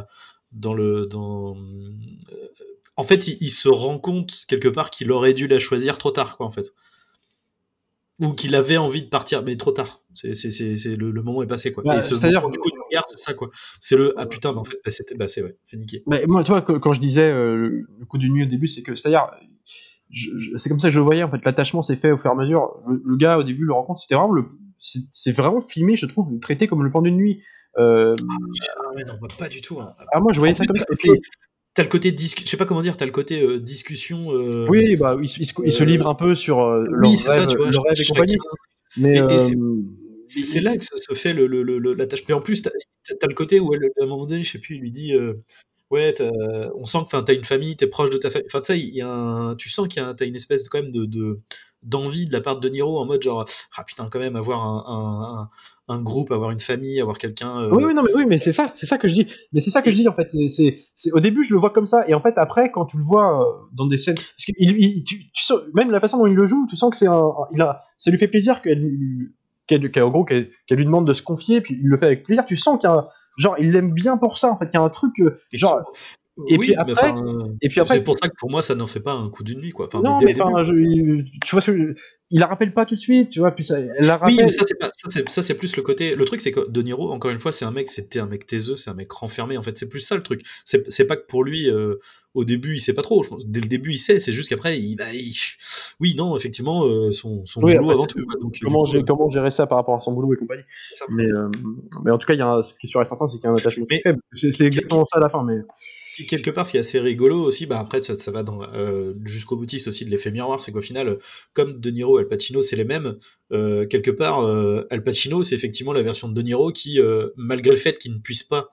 en fait, il se rend compte quelque part qu'il aurait dû la choisir trop tard, quoi, en fait. Ou qu'il avait envie de partir, mais trop tard. Le moment est passé, quoi. Bah, et c'est-à-dire du coup du regard, c'est ça, quoi. C'est le putain, mais en fait, c'est niqué. Mais moi, tu vois, quand je disais le coup d'une nuit au début, c'est que, c'est-à-dire, c'est comme ça que je le voyais, en fait, l'attachement s'est fait au fur et à mesure. Le gars, au début, le rencontre, c'était vraiment c'est vraiment filmé, je trouve, traité comme le plan d'une nuit. Ouais, non, pas du tout. Hein. Ah, moi, je voyais ça comme ça. Et puis, t'as le côté je sais pas comment dire, t'as le côté discussion. Oui, bah, il se livre un peu sur leur rêve et compagnie. Mais c'est là que se fait l'attachement. Mais en plus, t'as le côté où à un moment donné, je sais plus, il lui dit ouais, on sent que t'as une famille, t'es proche de ta famille. Enfin, tu sais, tu sens t'as une espèce quand même d'envie de la part de Niro, en mode genre, ah putain, quand même, avoir un groupe, avoir une famille, avoir quelqu'un. Oui, mais c'est ça que je dis. Mais c'est ça que je dis, en fait. C'est au début, je le vois comme ça, et en fait, après, quand tu le vois dans des scènes, parce que tu sens, même la façon dont il le joue, tu sens que ça lui fait plaisir qu'elle lui demande de se confier, puis il le fait avec plaisir. Tu sens qu'il l'aime bien pour ça, en fait. Il y a un truc, genre, Et puis Oui, mais après, c'est pour ça que pour moi, ça n'en fait pas un coup d'une nuit, quoi. Enfin, non, dès mais le début. tu vois il la rappelle pas tout de suite, tu vois, puis elle la Oui, mais rappelle. ça c'est plus le côté. Le truc, c'est que De Niro, encore une fois, c'était un mec taiseux, c'est un mec renfermé. En fait, c'est plus ça le truc. C'est pas que pour lui, au début, il sait pas trop. Je pense, dès le début, il sait. C'est juste qu'après, oui, non, effectivement, son Oui, boulot après, avant tout, quoi. Donc, du comment, coup, comment gérer ça par rapport à son boulot et compagnie. c'est ça. Mais en tout cas, ce qui est sûr et certain, c'est qu'il y a un attachement qui se Mais fait. C'est exactement ça à la fin, mais. quelque part, ce qui est assez rigolo aussi, bah après ça va jusqu'au boutiste aussi de l'effet miroir, c'est qu'au final, comme De Niro et Al Pacino, c'est les mêmes, quelque part, Al Pacino, c'est effectivement la version de De Niro qui, malgré le fait qu'il ne puisse pas,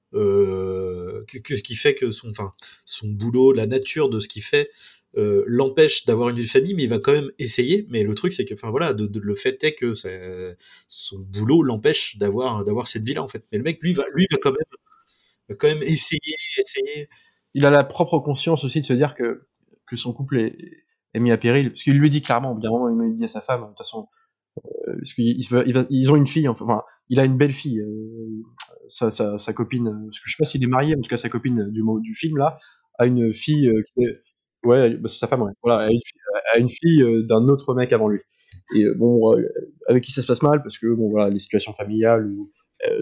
qui fait que son boulot, la nature de ce qu'il fait, l'empêche d'avoir une vie de famille, mais il va quand même essayer. Mais le truc, c'est que, enfin voilà, le fait est que son boulot l'empêche d'avoir cette vie-là en fait. Mais le mec, lui, va quand même essayer. Il a la propre conscience aussi de se dire que son couple est mis à péril. Parce qu'il lui dit clairement, au bout d'un moment, il me dit à sa femme, de toute façon, parce ils ont une fille, enfin, il a une belle fille, sa copine, parce que je sais pas s'il est marié, en tout cas sa copine du film là, a une fille qui est, ouais, bah, c'est sa femme, ouais. Voilà, a une fille d'un autre mec avant lui. Et bon, avec qui ça se passe mal, parce que bon, voilà, les situations familiales où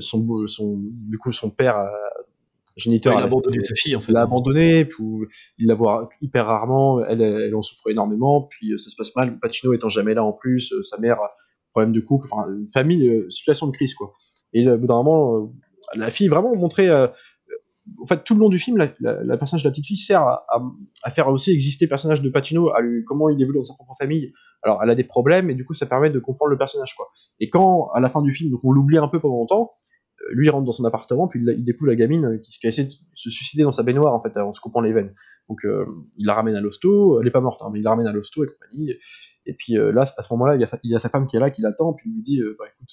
du coup, son père Ouais, géniteur il a abandonné sa fille en fait, l'a hein. abandonné, puis il la voit hyper rarement, elle en souffre énormément, puis ça se passe mal, Pacino étant jamais là en plus, sa mère, problème de couple, enfin, une famille, situation de crise, quoi. Et au bout d'un moment, la fille vraiment montrait, en fait, tout le long du film, la personnage de la petite fille sert à faire aussi exister le personnage de Pacino, comment il évolue dans sa propre famille. Alors, elle a des problèmes, et du coup, ça permet de comprendre le personnage, quoi. Et quand, à la fin du film, donc on l'oublie un peu pendant longtemps, lui il rentre dans son appartement, puis il découvre la gamine qui a essayé de se suicider dans sa baignoire en fait en se coupant les veines. Donc il la ramène à l'hosto, elle est pas morte, hein, mais il la ramène à l'hosto et compagnie. Et puis là, à ce moment-là, il y a sa femme qui est là, qui l'attend, puis il lui dit bah écoute,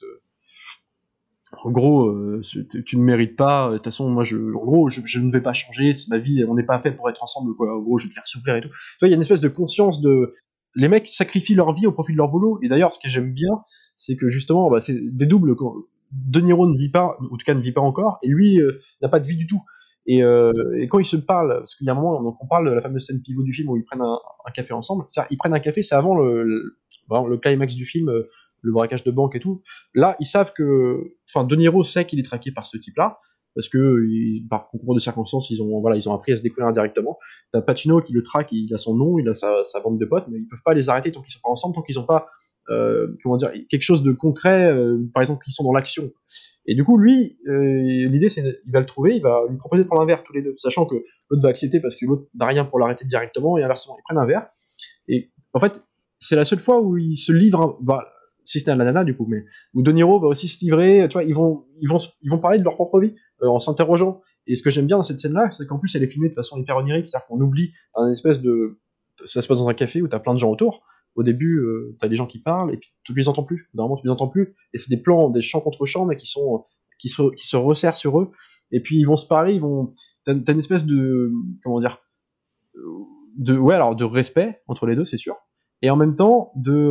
en gros, tu ne mérites pas. De toute façon, moi, en gros, je ne vais pas changer. C'est ma vie. On n'est pas fait pour être ensemble, quoi. En gros, je vais te faire souffrir et tout. Tu vois, il y a une espèce de conscience de. Les mecs sacrifient leur vie au profit de leur boulot. Et d'ailleurs, ce que j'aime bien, c'est que justement, bah, c'est des doubles. De Niro ne vit pas, ou en tout cas ne vit pas encore, et lui n'a pas de vie du tout. Et quand ils se parlent, parce qu'il y a un moment, donc on parle de la fameuse scène pivot du film où ils prennent un café ensemble. C'est-à-dire, ils prennent un café, c'est avant vraiment le climax du film, le braquage de banque et tout. Là, ils savent que, enfin, De Niro sait qu'il est traqué par ce type-là, parce que par concours de circonstances, ils ont appris à se découvrir indirectement. T'as Pacino qui le traque, il a son nom, il a sa bande de potes, mais ils peuvent pas les arrêter tant qu'ils sont pas ensemble, tant qu'ils ont pas, comment dire, quelque chose de concret, par exemple, qu'ils sont dans l'action. Et du coup, lui, l'idée, c'est il va le trouver, il va lui proposer de prendre un verre tous les deux, sachant que l'autre va accepter parce que l'autre n'a rien pour l'arrêter directement, et inversement, ils prennent un verre. Et en fait, c'est la seule fois où il se livre, bah, si c'était à la nana du coup, mais où De Niro va aussi se livrer. Tu vois, ils vont parler de leur propre vie en s'interrogeant. Et ce que j'aime bien dans cette scène-là, c'est qu'en plus elle est filmée de façon hyper onirique, c'est-à-dire qu'on oublie un espèce de, ça se passe dans un café où t'as plein de gens autour. Au début, t'as des gens qui parlent et puis tu les entends plus. Normalement, tu les entends plus. Et c'est des plans, des champs contre champs, mais qui se resserrent sur eux. Et puis ils vont se parler, t'as une espèce de, comment dire, ouais, alors de respect entre les deux, c'est sûr, et en même temps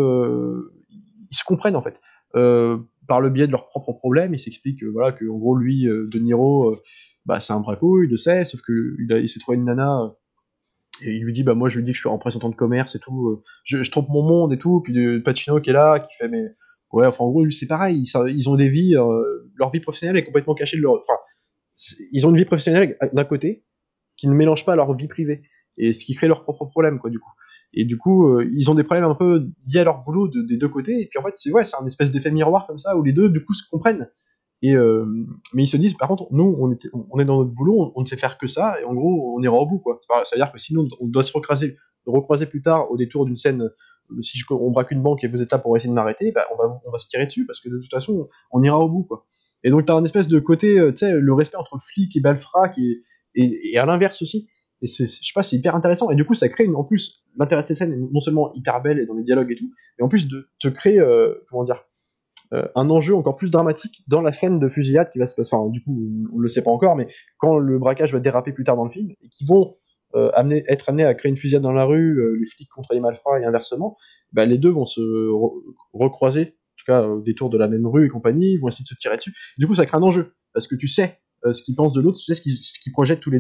ils se comprennent en fait, par le biais de leurs propres problèmes. Ils s'expliquent voilà, que en gros lui, De Niro, bah c'est un braco, il le sait, sauf que il s'est trouvé une nana, et il lui dit bah moi je lui dis que je suis représentant de commerce et tout, je trompe mon monde et tout, puis de Pacino qui est là, qui fait mais ouais, enfin en gros lui c'est pareil, ils ont des vies, leur vie professionnelle est complètement cachée de leur, enfin ils ont une vie professionnelle d'un côté qui ne mélangent pas leur vie privée, et ce qui crée leurs propres problèmes, quoi, du coup. Et du coup, ils ont des problèmes un peu liés à leur boulot des deux côtés, et puis en fait, c'est un espèce d'effet miroir comme ça, où les deux, du coup, se comprennent. Et mais ils se disent, par contre, nous, on est dans notre boulot, on ne sait faire que ça, et en gros, on ira au bout, quoi. Enfin, ça veut dire que sinon, on doit se recroiser plus tard au détour d'une scène. Si on braque une banque et vous êtes là pour essayer de m'arrêter, bah, on va se tirer dessus, parce que de toute façon, on ira au bout, quoi. Et donc, t'as un espèce de côté, tu sais, le respect entre flic et balfrac, et à l'inverse aussi. Et je sais pas, c'est hyper intéressant. Et du coup, ça crée en plus, l'intérêt de cette scène est non seulement hyper belle et dans les dialogues et tout, mais en plus de te créer, comment dire, un enjeu encore plus dramatique dans la scène de fusillade qui va se passer. Enfin, du coup, on le sait pas encore, mais quand le braquage va déraper plus tard dans le film, et qui vont être amenés à créer une fusillade dans la rue, les flics contre les malfrats et inversement, bah, les deux vont se recroiser, en tout cas au détour de la même rue et compagnie, vont essayer de se tirer dessus. Du coup, ça crée un enjeu, parce que tu sais ce qu'ils pensent de l'autre, tu sais ce qu'ils projettent tous les deux,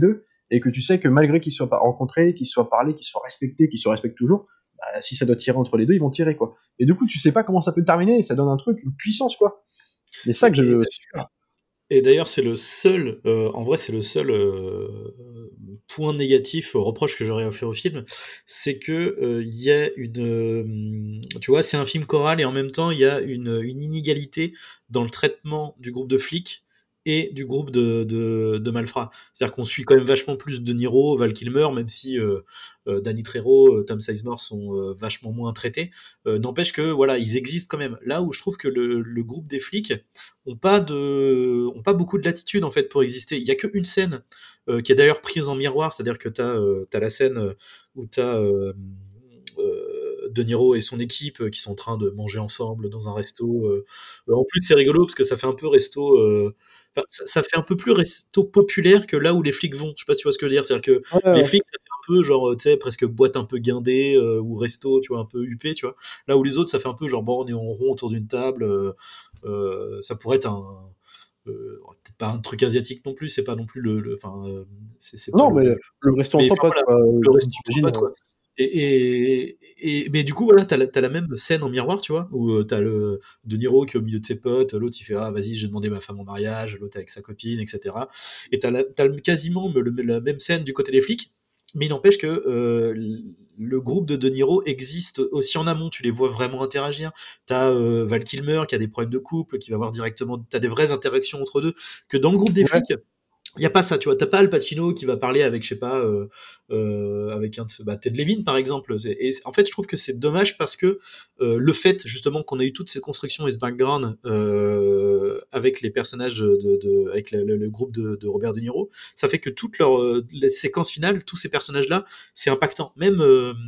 et que tu sais que malgré qu'ils soient pas rencontrés, qu'ils soient parlé, qu'ils soient respectés, qu'ils se respectent toujours, bah, si ça doit tirer entre les deux, ils vont tirer, quoi. Et du coup, tu sais pas comment ça peut terminer, et ça donne un truc, une puissance, quoi. Et ça que Et, je... et d'ailleurs, c'est le seul, en vrai, c'est le seul point négatif, reproche que j'aurais à faire au film, c'est que il y a tu vois, c'est un film choral et en même temps, il y a une inégalité dans le traitement du groupe de flics et du groupe de malfrats. C'est-à-dire qu'on suit quand même vachement plus De Niro, Val Kilmer, même si Danny Trejo, Tom Sizemore sont vachement moins traités. N'empêche que voilà, ils existent quand même. Là où je trouve que le groupe des flics ont pas beaucoup de latitude en fait pour exister. Il y a qu'une scène qui est d'ailleurs prise en miroir, c'est-à-dire que t'as la scène où t'as De Niro et son équipe qui sont en train de manger ensemble dans un resto. En plus, c'est rigolo parce que ça fait un peu resto. Enfin, ça fait un peu plus resto populaire que là où les flics vont. Je sais pas si tu vois ce que je veux dire. C'est-à-dire que les Ouais, flics, ça fait un peu genre, tu sais, presque boîte un peu guindée ou resto, tu vois, un peu huppé, tu vois. Là où les autres, ça fait un peu genre, bon, on est en rond autour d'une table. Ça pourrait être peut-être pas un truc asiatique non plus. C'est pas non plus enfin, c'est pas non, mais le resto mais entre enfin, potes, voilà, quoi, le comme resto entre t'imagines. potes, quoi. Mais du coup, voilà, t'as la même scène en miroir, tu vois, où t'as le De Niro qui est au milieu de ses potes, l'autre il fait ah vas-y j'ai demandé ma femme en mariage, l'autre avec sa copine, etc. Et quasiment la même scène du côté des flics, mais il n'empêche que le groupe de Niro existe aussi en amont, tu les vois vraiment interagir. T'as Val Kilmer qui a des problèmes de couple, qui va voir directement, t'as des vraies interactions entre deux, que dans le groupe des Ouais, flics, il y a pas ça, tu vois. T'as pas Al Pacino qui va parler avec, je sais pas, avec Ted Levin par exemple. En fait, je trouve que c'est dommage parce que le fait justement qu'on ait eu toutes ces constructions et ce background avec les personnages avec le groupe de Robert De Niro, ça fait que toutes les séquences finales, tous ces personnages-là, c'est impactant. Même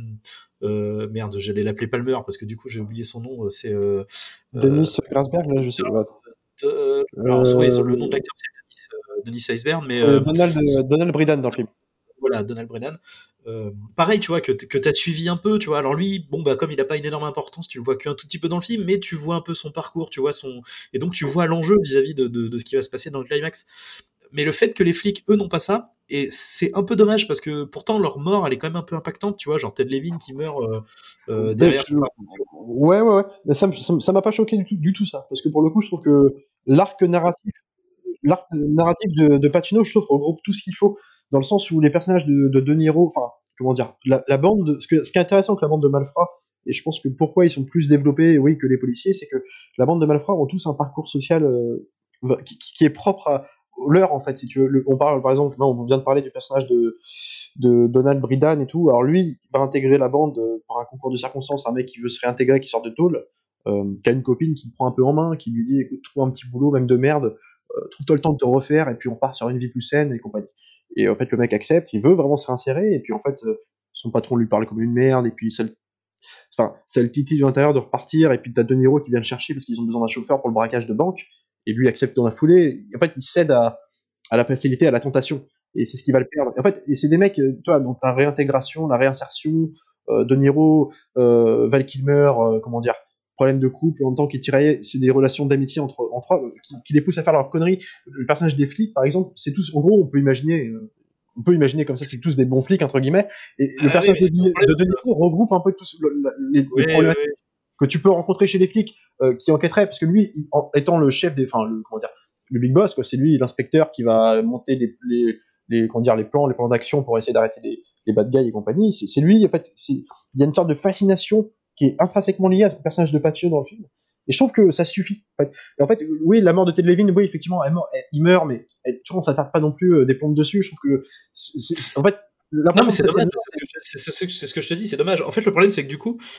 merde, j'allais l'appeler Palmer parce que du coup j'ai oublié son nom. C'est euh, Denis Grasberg, là, je sais pas. alors, oui, le nom de Euh, l'acteur c'est Denis Iceberg, mais c'est Donald Bridan dans le film. voilà, Donald Brennan. Pareil, tu vois, que tu as suivi un peu, tu vois. Alors lui, bon, bah, comme il n'a pas une énorme importance, tu le vois qu'un tout petit peu dans le film, mais tu vois un peu son parcours, tu vois son. Et donc tu vois l'enjeu vis-à-vis de ce qui va se passer dans le climax. Mais le fait que les flics, eux, n'ont pas ça, et c'est un peu dommage parce que pourtant leur mort, elle est quand même un peu impactante, tu vois, genre Ted Levin qui meurt Mais derrière son parcours. ouais, ouais, ouais. Mais ça m'a pas choqué du tout, ça. Parce que pour le coup, je trouve que l'arc narratif, l'arc narratif de Pacino, je trouve, regroupe tout ce qu'il faut. Dans le sens où les personnages de Niro, enfin, comment dire, la bande, ce qui est intéressant avec la bande de malfrats, et je pense que pourquoi ils sont plus développés, oui, que les policiers, c'est que la bande de malfrats ont tous un parcours social qui est propre à leur, en fait, si tu veux. On parle, par exemple, on vient de parler du personnage de Donald Bridan et tout. Alors lui, il va intégrer la bande par un concours de circonstances, un mec qui veut se réintégrer, qui sort de tôle, qui a une copine qui le prend un peu en main, qui lui dit, écoute, trouve un petit boulot, même de merde, trouve-toi le temps de te refaire, et puis on part sur une vie plus saine et compagnie. Et en fait, le mec accepte, il veut vraiment se réinsérer, et puis en fait, son patron lui parle comme une merde, et puis ça le titille de l'intérieur de repartir, et puis t'as De Niro qui vient le chercher parce qu'ils ont besoin d'un chauffeur pour le braquage de banque, et lui il accepte dans la foulée. En fait, il cède à la facilité, à la tentation, et c'est ce qui va le perdre. En fait, et c'est des mecs, toi, dans ta réintégration, la réinsertion, De Niro, Val Kilmer, comment dire, problème de couple, en même temps qui tiraillent, c'est des relations d'amitié entre eux, qui les poussent à faire leurs conneries. Le personnage des flics, par exemple, c'est tous, en gros, on peut imaginer comme ça, c'est tous des bons flics, entre guillemets, et le Ah oui, personnage mais c'est le problème. De Niro regroupe un peu tous Oui, les oui, problématiques oui. que tu peux rencontrer chez les flics qui enquêteraient, parce que lui, étant le chef enfin, comment dire, le big boss, quoi, c'est lui l'inspecteur qui va monter comment dire, les plans d'action pour essayer d'arrêter les bad guys et compagnie. C'est lui, en fait, il y a une sorte de fascination qui est intrinsèquement liée au personnage de Pacino dans le film. Et je trouve que ça suffit. En fait, oui, la mort de Ted Levin, oui, effectivement, il meurt, mais tu vois, on s'attarde pas non plus des plombes dessus. Je trouve que, en fait, Non, mais l'important de c'est cette dommage. scène. C'est ce que je te dis, c'est dommage. En fait, le problème, c'est que du coup,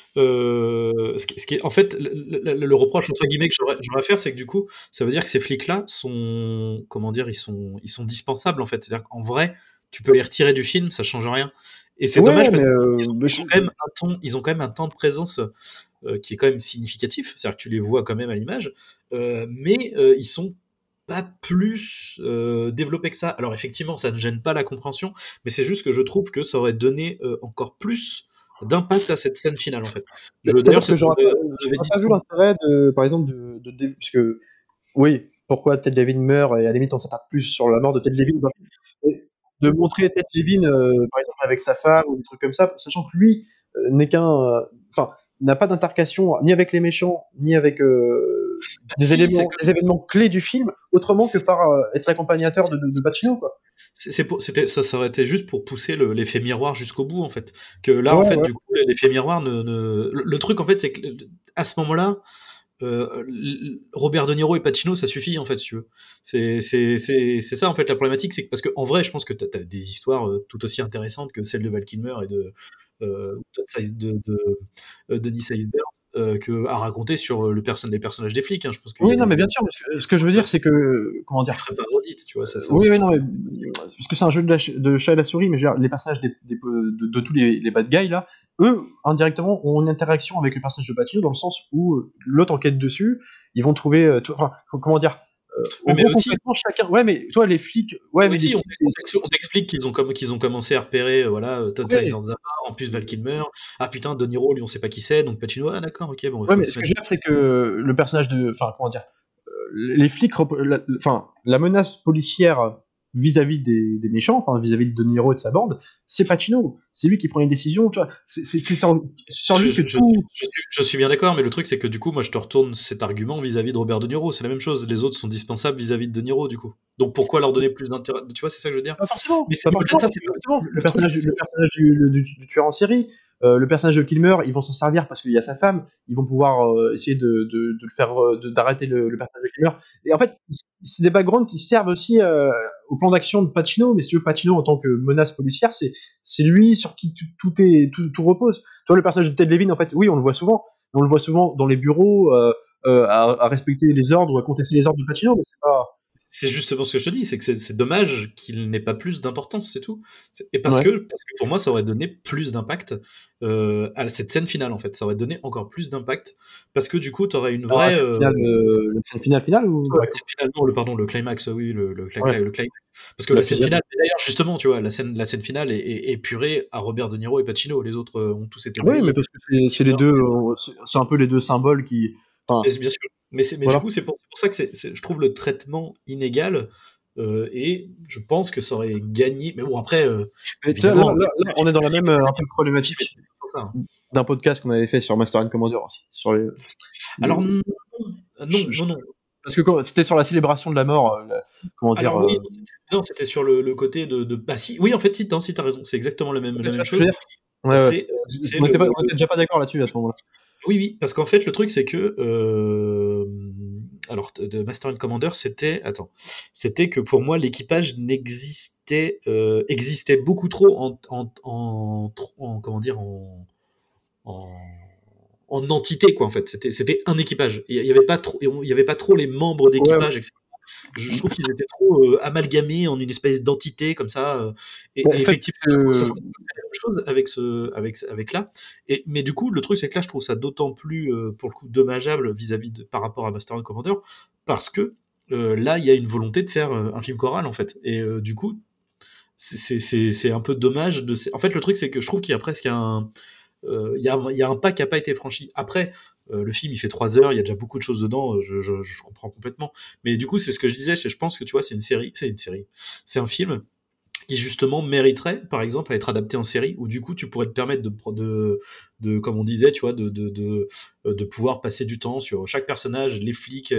ce qui est, en fait, le reproche entre guillemets que j'aurais à faire, c'est que du coup, ça veut dire que ces flics-là sont, comment dire, ils sont dispensables en fait. C'est-à-dire qu'en vrai, tu peux les retirer du film, ça change rien. Et c'est dommage Ouais, parce mais, qu'ils ont quand même un temps, ils ont quand même un temps de présence qui est quand même significatif. C'est-à-dire que tu les vois quand même à l'image, mais ils sont pas plus développés que ça. Alors effectivement, ça ne gêne pas la compréhension, mais c'est juste que je trouve que ça aurait donné encore plus d'impact à cette scène finale en fait. D'ailleurs, c'est-à-dire c'est que ce qu'on avait j'aurais dit pas vu souvent. l'intérêt par exemple, parce oui, pourquoi Ted Levin meurt, et à la limite on s'attarde plus sur la mort de Ted Levin. de montrer Ted Levin, par exemple, avec sa femme ou des trucs comme ça, sachant que lui n'est qu'un, enfin, n'a pas d'intercation ni avec les méchants, ni avec Si, des événements clés du film, autrement que par être l'accompagnateur de Pacino, quoi. Ça aurait été juste pour pousser l'effet miroir jusqu'au bout, en fait. Que là, en Ouais, fait, ouais. du coup, l'effet miroir le truc, en fait, c'est que à ce moment-là, Robert De Niro et Pacino, ça suffit, en fait, si tu veux. C'est ça, en fait, la problématique, c'est que parce qu'en vrai, je pense que t'as des histoires tout aussi intéressantes que celle de Val Kilmer et de Denis Iceberg à raconter sur les personnages des flics. Hein. Je pense qu'il y Oui, a non, mais des bien sûr, ce que je veux dire, c'est que, comment dire, très parodies, tu vois. oui, oui, Je non, trouve mais que c'est possible. parce que c'est un jeu de chat et la souris, mais je veux dire, les personnages de tous les bad guys là, eux, indirectement, ont une interaction avec le personnage de Pacino dans le sens où l'autre enquête dessus, ils vont trouver, enfin, comment dire, Oui, en mais gros, aussi, concrètement, chacun, ouais, mais toi, les flics, ouais, mais les aussi, flics, on t'explique qu'ils ont commencé à repérer, voilà, Todd ouais, Silence, en plus Val Kilmer. Ah putain, De Niro, lui, on sait pas qui c'est, donc Pacino, ah d'accord, ok, bon, il ouais, faut mais se ce que mettre. je veux dire, c'est que le personnage de, enfin, comment dire, les flics, enfin, la menace policière vis-à-vis des méchants, enfin, vis-à-vis de De Niro et de sa bande, c'est Pacino. C'est lui qui prend les décisions, tu vois. C'est sur lui que tout. Je suis bien d'accord, mais le truc, c'est que du coup, moi, je te retourne cet argument vis-à-vis de Robert De Niro. C'est la même chose. Les autres sont dispensables vis-à-vis de De Niro, du coup. Donc pourquoi leur donner plus d'intérêt? Tu vois, c'est ça que je veux dire. Pas forcément, Mais au-delà de ça, parce c'est que pas justement, le truc. le personnage du tueur en série, le personnage de Kilmer, ils vont s'en servir parce qu'il y a sa femme, ils vont pouvoir essayer de le faire, d'arrêter le personnage de Kilmer. Et en fait, c'est des backgrounds qui servent aussi au plan d'action de Pacino, mais si tu veux, Pacino en tant que menace policière, c'est lui sur qui tout repose. Tu vois, le personnage de Ted Levin, en fait, oui, on le voit souvent. On le voit souvent dans les bureaux, à respecter les ordres ou à contester les ordres de Pacino, mais c'est pas. C'est justement ce que je te dis, c'est que c'est dommage qu'il n'ait pas plus d'importance, c'est tout. Et Ouais. parce que pour moi, ça aurait donné plus d'impact à cette scène finale, en fait. Ça aurait donné encore plus d'impact parce que du coup, tu aurais une Alors, vraie. la scène finale ou Ouais, c'est finalement pardon, le climax, oui, ouais, le climax. Parce que la la scène fusillade. finale, et d'ailleurs, justement, tu vois, la scène finale est épurée à Robert De Niro et Pacino. Les autres ont tous été Oui, mais balayés. parce que c'est les deux, c'est un peu les deux symboles qui. Enfin, Bien sûr. Mais du voilà. coup, c'est pour ça que je trouve le traitement inégal. Et je pense que ça aurait gagné. Mais bon, après, Mais tu sais, évidemment, là, on est dans la même un peu problématique sans ça. Hein. d'un podcast qu'on avait fait sur Master and Commander aussi, sur Alors, le- non, non, non. parce que c'était sur la célébration de la mort, comment dire. Alors, oui, non, c'était sur le côté Bah, si, oui, en fait, si, non, si, t'as raison. C'est exactement la Tu même vois ce que je chose. veux dire? Ouais, ouais. C'est On était déjà pas d'accord là-dessus à ce moment-là. Oui, oui, parce qu'en fait, le truc, c'est que. Alors, de Master and Commander, c'était que pour moi, l'équipage existait beaucoup trop comment dire, en, en entité, quoi, en fait. C'était un équipage. Il y avait pas trop, il y avait pas trop les membres Ouais, ouais. d'équipage, etc. Je trouve qu'ils étaient trop amalgamés en une espèce d'entité comme ça. Bon, en Et fait, effectivement, ça serait la même chose avec là. Mais du coup, le truc, c'est que là, je trouve ça d'autant plus, pour le coup, dommageable par rapport à Master and Commander, parce que là, il y a une volonté de faire un film choral, en fait. Et du coup, c'est un peu dommage. En fait, le truc, c'est que je trouve qu'il y a presque il y a un pas qui n'a pas été franchi. Après, le film, il fait 3 heures, il y a déjà beaucoup de choses dedans, je comprends complètement. Mais du coup, c'est ce que je disais, je pense que tu vois, c'est une série, c'est un film qui justement mériterait, par exemple, à être adapté en série, où du coup, tu pourrais te permettre comme on disait, tu vois, de pouvoir passer du temps sur chaque personnage, les flics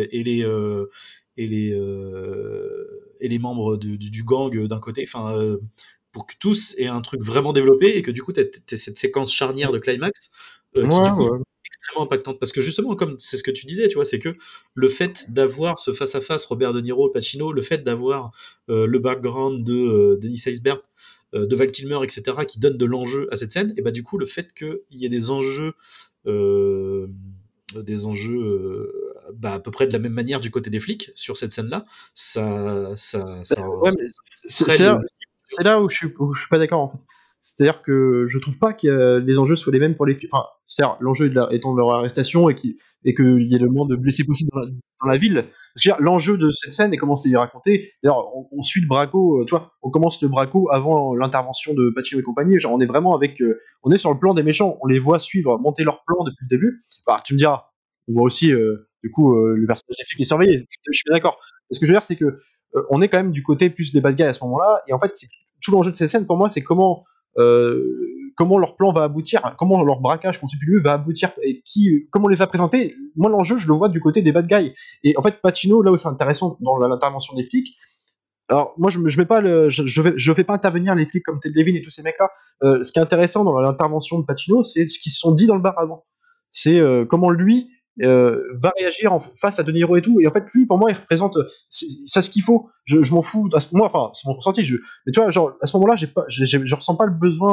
et les membres du gang d'un côté, enfin, pour que tous aient un truc vraiment développé et que du coup, tu aies cette séquence charnière de climax qui ouais, du coup ouais. extrêmement impactante parce que justement comme c'est ce que tu disais tu vois c'est que le fait d'avoir ce face à face Robert De Niro Pacino, le fait d'avoir le background de Denis Iceberg, de Val Kilmer, etc., qui donne de l'enjeu à cette scène, et bah du coup le fait qu'il y ait euh, des enjeux à peu près de la même manière du côté des flics sur cette scène là, Ouais, mais c'est là où je suis pas d'accord en fait. C'est-à-dire que je trouve pas que les enjeux soient les mêmes pour les filles. Enfin, c'est-à-dire l'enjeu étant de leur arrestation et qu'il y ait le moins de blessés possible dans la ville. C'est-à-dire l'enjeu de cette scène et comment c'est raconté. D'ailleurs, on suit le braco, tu vois, on commence le braco avant l'intervention de Pacino et compagnie. Genre, on est vraiment on est sur le plan des méchants. On les voit suivre, monter leur plan depuis le début. Bah, tu me diras, on voit aussi, du coup, le personnage des flics les surveiller. Je suis bien d'accord. Ce que je veux dire, c'est que on est quand même du côté plus des bad guys à ce moment-là, et en fait, tout l'enjeu de ces scènes pour moi, c'est comment leur plan va aboutir, comment leur braquage qu'on sait plus mieux va aboutir, et comment on les a présentés. Moi, l'enjeu, je le vois du côté des bad guys. Et en fait, Pacino, là où c'est intéressant dans l'intervention des flics. Alors moi, je mets pas je fais pas intervenir les flics comme Ted Levin et tous ces mecs-là. Ce qui est intéressant dans l'intervention de Pacino, c'est ce qu'ils se sont dit dans le bar avant. C'est comment lui va réagir face à De Niro et tout. Et en fait, lui, pour moi, il représente c'est ce qu'il faut. Je m'en fous. Enfin, c'est mon ressenti. Mais tu vois, genre à ce moment-là, je ressens pas le besoin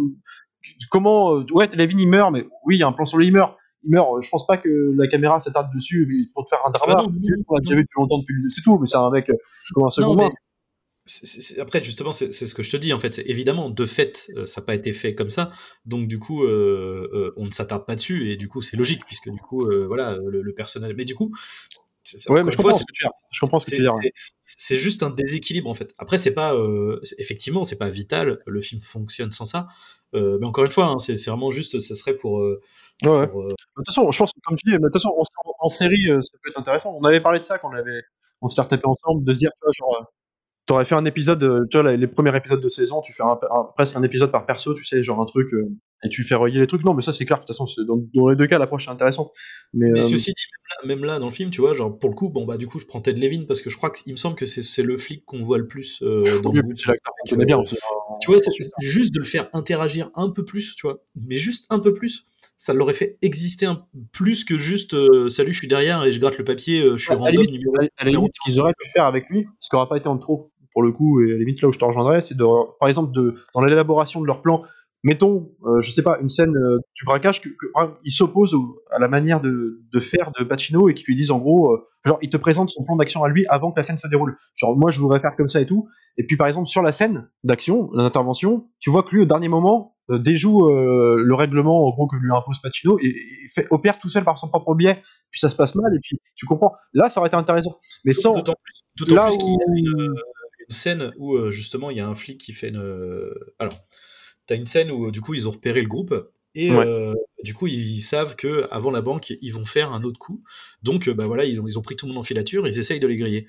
comment. Ouais, Ted Levin il meurt, mais oui, il y a un plan sur lui, il meurt. Il meurt. Je pense pas que la caméra s'attarde dessus pour te faire un drama. On l'a déjà vu depuis longtemps, c'est tout. Mais c'est un mec comme un second main. Après, justement, c'est ce que je te dis, en fait. Évidemment, de fait, ça n'a pas été fait comme ça. Donc, du coup, on ne s'attarde pas dessus. Et du coup, c'est logique, puisque du coup, voilà, le personnel. Mais du coup, ouais, mais je comprends ce que tu veux dire. C'est juste un déséquilibre, en fait. Après, c'est pas. Effectivement, c'est pas vital. Le film fonctionne sans ça. Mais encore une fois, hein, c'est vraiment juste. Ça serait pour. Ouais. De toute façon, je pense que, comme tu dis, de toute façon, en série, ça peut être intéressant. On avait parlé de ça quand on se fait taper ensemble, de se dire, tu vois, genre. T'aurais fait un épisode, tu vois, les premiers épisodes de saison, tu fais presque un épisode par perso, tu sais, genre un truc, et tu fais relier les trucs. Non, mais ça, c'est clair, de toute façon, dans les deux cas, l'approche est intéressante. Mais ceci dit, même là, dans le film, tu vois, genre, pour le coup, bon, bah, du coup, je prends Ted Levin parce que je crois qu'il me semble que c'est le flic qu'on voit le plus dans le groupe. C'est l'acteur qu'on connaît bien. Tu vois, c'est juste de le faire interagir un peu plus, tu vois, mais juste un peu plus. Ça l'aurait fait exister plus que juste salut, je suis derrière et je gratte le papier, je suis random numéro. À la limite, ce qu'ils auraient pu faire avec lui, ce qui n'aurait pas été en trop, pour le coup, et à la limite, là où je te rejoindrais, c'est par exemple, dans l'élaboration de leur plan, mettons, je sais pas, une scène du braquage, il s'oppose à la manière de faire de Pacino et qui lui disent en gros, genre, il te présente son plan d'action à lui avant que la scène se déroule. Genre, moi, je voudrais faire comme ça et tout. Et puis, par exemple, sur la scène d'action, l'intervention, tu vois que lui, au dernier moment, déjoue le règlement en gros que lui impose Pacino et opère tout seul par son propre biais, puis ça se passe mal et puis tu comprends, là ça aurait été intéressant, mais sans d'autant plus qu'il y a une scène où justement il y a un flic qui fait alors t'as une scène où du coup ils ont repéré le groupe et du coup ils savent que avant la banque ils vont faire un autre coup, donc bah voilà, ils ont pris tout le monde en filature, ils essayent de les griller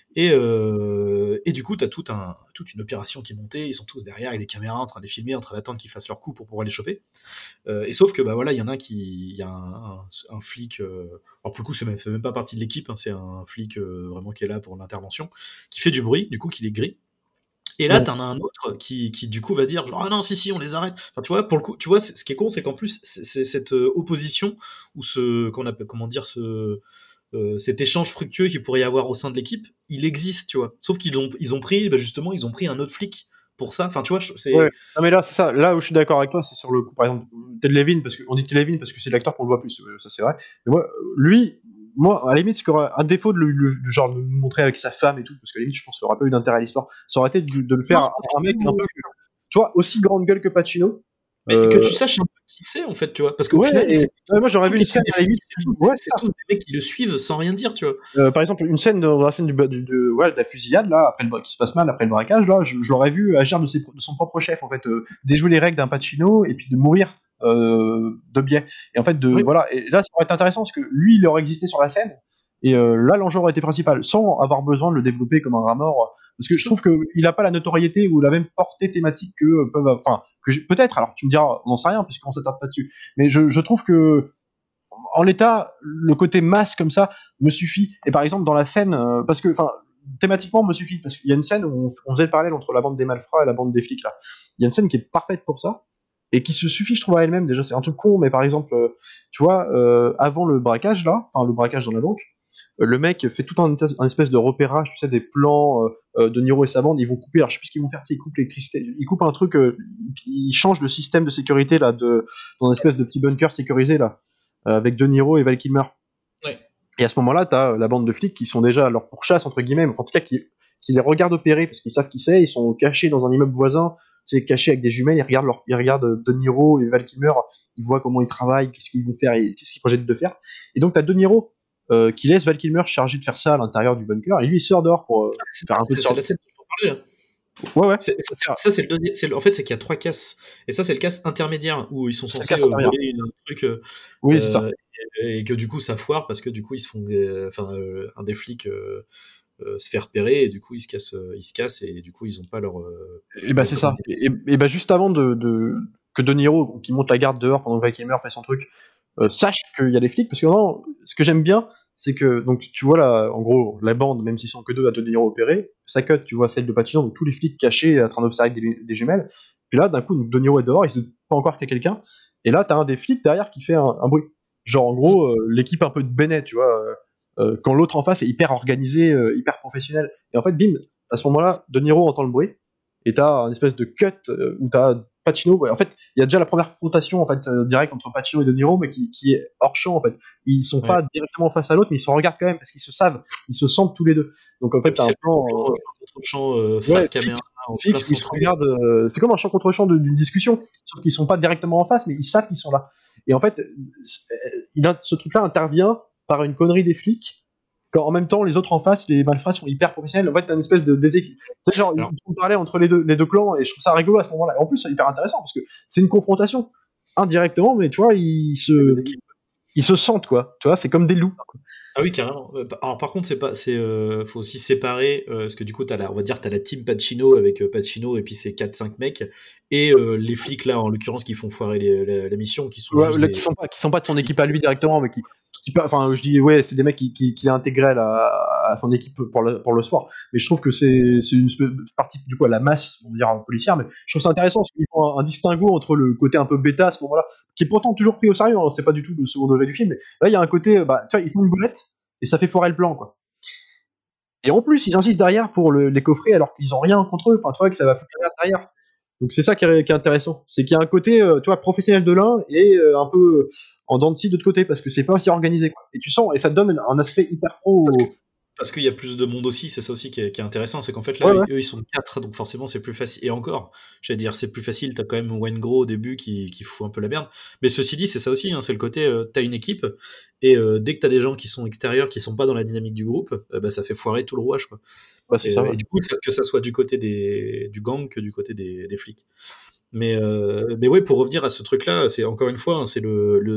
et du coup t'as toute une opération qui est montée, ils sont tous derrière avec des caméras en train de les filmer, en train d'attendre qu'ils fassent leur coup pour pouvoir les choper, et sauf que bah voilà, il y en a un flic, alors pour le coup c'est même pas partie de l'équipe, hein, c'est un flic vraiment qui est là pour l'intervention, qui fait du bruit, du coup qui les grille. Et là, t'en as un autre qui du coup va dire genre ah non si on les arrête. Enfin tu vois, pour le coup, tu vois, ce qui est con, c'est qu'en plus c'est cette opposition ou cet échange fructueux qu'il pourrait y avoir au sein de l'équipe, il existe, tu vois. Sauf qu'ils ont pris un autre flic pour ça. Enfin tu vois, c'est. Ouais. Non mais là c'est ça. Là où je suis d'accord avec toi, c'est sur le coup, par exemple, Ted Levin, parce qu'on dit Ted Levin parce que c'est l'acteur qu'on le voit plus. Ça c'est vrai. Mais moi, à la limite, ce qui aurait un défaut de genre de le montrer avec sa femme et tout, parce qu'à la limite, je pense qu'il n'y aurait pas eu d'intérêt à l'histoire. Ça aurait été de le faire un mec un peu, tu vois, aussi grande gueule que Pacino. Mais que tu saches un peu qui c'est en fait, tu vois, parce qu'au final, moi j'aurais vu une scène à la limite. C'est tous des mecs qui le suivent sans rien dire, tu vois. Par exemple, une scène dans la scène de la fusillade là, qui se passe mal après le braquage là, je l'aurais vu agir de son propre chef en fait, déjouer les règles d'un Pacino et puis de mourir de biais. Et en fait, voilà. Et là, ça aurait été intéressant parce que lui, il aurait existé sur la scène. Et là, l'enjeu aurait été principal, sans avoir besoin de le développer comme un rat mort. Parce que je trouve qu'il n'a pas la notoriété ou la même portée thématique que peuvent. Enfin, peut-être. Alors, tu me diras, on n'en sait rien puisqu'on s'attarde pas dessus. Mais je trouve que en l'état, le côté masse comme ça me suffit. Et par exemple, dans la scène, parce que, enfin, thématiquement me suffit parce qu'il y a une scène où on faisait le parallèle entre la bande des malfrats et la bande des flics là. Il y a une scène qui est parfaite pour ça. Et qui se suffit, je trouve, à elle-même. Déjà, c'est un truc con, mais par exemple, tu vois, avant le braquage, là, enfin, le braquage dans la banque, le mec fait tout un espèce de repérage, tu sais, des plans de Niro et sa bande, ils vont couper, alors je sais plus ce qu'ils vont faire, tu sais, ils coupent l'électricité, ils coupent un truc, ils changent le système de sécurité, là, dans une espèce de petit bunker sécurisé, là, avec De Niro et Val Kilmer. Ouais. Et à ce moment-là, t'as la bande de flics qui sont déjà à leur pourchasse, entre guillemets, enfin, en tout cas, qui les regardent opérer, parce qu'ils savent qui c'est, ils sont cachés dans un immeuble voisin, c'est caché avec des jumelles, ils regardent De Niro et Val Kilmer, ils voient comment ils travaillent, qu'est-ce qu'ils vont faire et qu'est-ce qu'ils projettent de faire. Et donc t'as De Niro qui laisse Val Kilmer chargé de faire ça à l'intérieur du bunker, et lui il sort dehors pour faire un peu de C'est la scène dont je parlais là. Ouais. Ça c'est le deuxième. En fait, c'est qu'il y a 3 casses, et ça c'est le casse intermédiaire où ils sont censés voler un truc. Oui, c'est ça. Et que du coup ça foire parce que du coup ils se font un des flics se faire repérer, et du coup ils se cassent, et du coup ils ont pas leur Et bah c'est ça. Et bah juste avant que De Niro, qui monte la garde dehors pendant que Val Kilmer fait son truc, sache qu'il y a des flics, parce que vraiment, ce que j'aime bien, c'est que, donc tu vois là, en gros, la bande, même s'ils sont que deux à De Niro opérer, ça cut, tu vois celle de Pacino, donc tous les flics cachés en train d'observer des jumelles, puis là, d'un coup, donc, De Niro est dehors, il se doute pas encore qu'il y a quelqu'un, et là, t'as un des flics derrière qui fait un bruit. Genre, en gros, l'équipe un peu de Bennett, tu vois, quand l'autre en face est hyper organisé, hyper professionnel. Et en fait, bim, à ce moment-là, De Niro entend le bruit, et t'as un espèce de cut où t'as Pacino. Ouais, en fait, il y a déjà la première confrontation en fait directe entre Pacino et De Niro, mais qui est hors champ en fait. Ils sont pas directement face à l'autre, mais ils se regardent quand même parce qu'ils se savent, ils se sentent tous les deux. Donc en fait, t'as un plan contre-champ face caméra fixe où ils se regardent. C'est comme un champ contre champ d'une discussion, sauf qu'ils sont pas directement en face, mais ils savent qu'ils sont là. Et en fait, ce truc-là intervient par une connerie des flics. Quand en même temps les autres en face, les malfrats sont hyper professionnels. En fait, t'as une espèce de déséquilibre. Tu sais, genre, ils font parler entre les deux clans, et je trouve ça rigolo à ce moment-là. Et en plus, c'est hyper intéressant parce que c'est une confrontation indirectement, mais tu vois, ils se sentent, quoi. Tu vois, c'est comme des loups. Quoi. Ah oui, carrément. Alors par contre, faut aussi séparer, parce que du coup, on va dire, t'as la team Pacino avec Pacino et puis ces 4-5 mecs, et les flics là, en l'occurrence, qui font foirer la mission, qui sont juste là, qui sont pas de son équipe à lui directement, mais enfin, je dis, ouais, c'est des mecs qui a intégré à son équipe pour le soir. Mais je trouve que c'est une partie, du coup, à la masse, on va dire, policière, mais je trouve ça intéressant, parce qu'ils font un distinguo entre le côté un peu bêta à ce moment-là, qui est pourtant toujours pris au sérieux, hein, c'est pas du tout le second degré du film, mais là, il y a un côté, tu vois, ils font une boulette, et ça fait foirer le plan, quoi. Et en plus, ils insistent derrière pour les coffrer, alors qu'ils ont rien contre eux, enfin, tu vois, que ça va foutre la merde derrière. Donc c'est ça qui est intéressant, c'est qu'il y a un côté, tu vois, professionnel de l'un et un peu en dents de scie de l'autre côté, parce que c'est pas aussi organisé, quoi. Et tu sens, et ça te donne un aspect hyper pro. Parce qu'il y a plus de monde aussi, c'est ça aussi qui est intéressant, c'est qu'en fait là, eux ils sont 4, donc forcément c'est plus facile. Et encore, j'allais dire c'est plus facile, t'as quand même Wayne Gros au début qui fout un peu la merde. Mais ceci dit, c'est ça aussi, hein, c'est le côté, t'as une équipe, et dès que t'as des gens qui sont extérieurs, qui sont pas dans la dynamique du groupe, bah, ça fait foirer tout le rouage, quoi. C'est ça, ouais. Et du coup, que ça soit du côté du gang que du côté des flics. Mais ouais, pour revenir à ce truc-là, c'est encore une fois, hein, c'est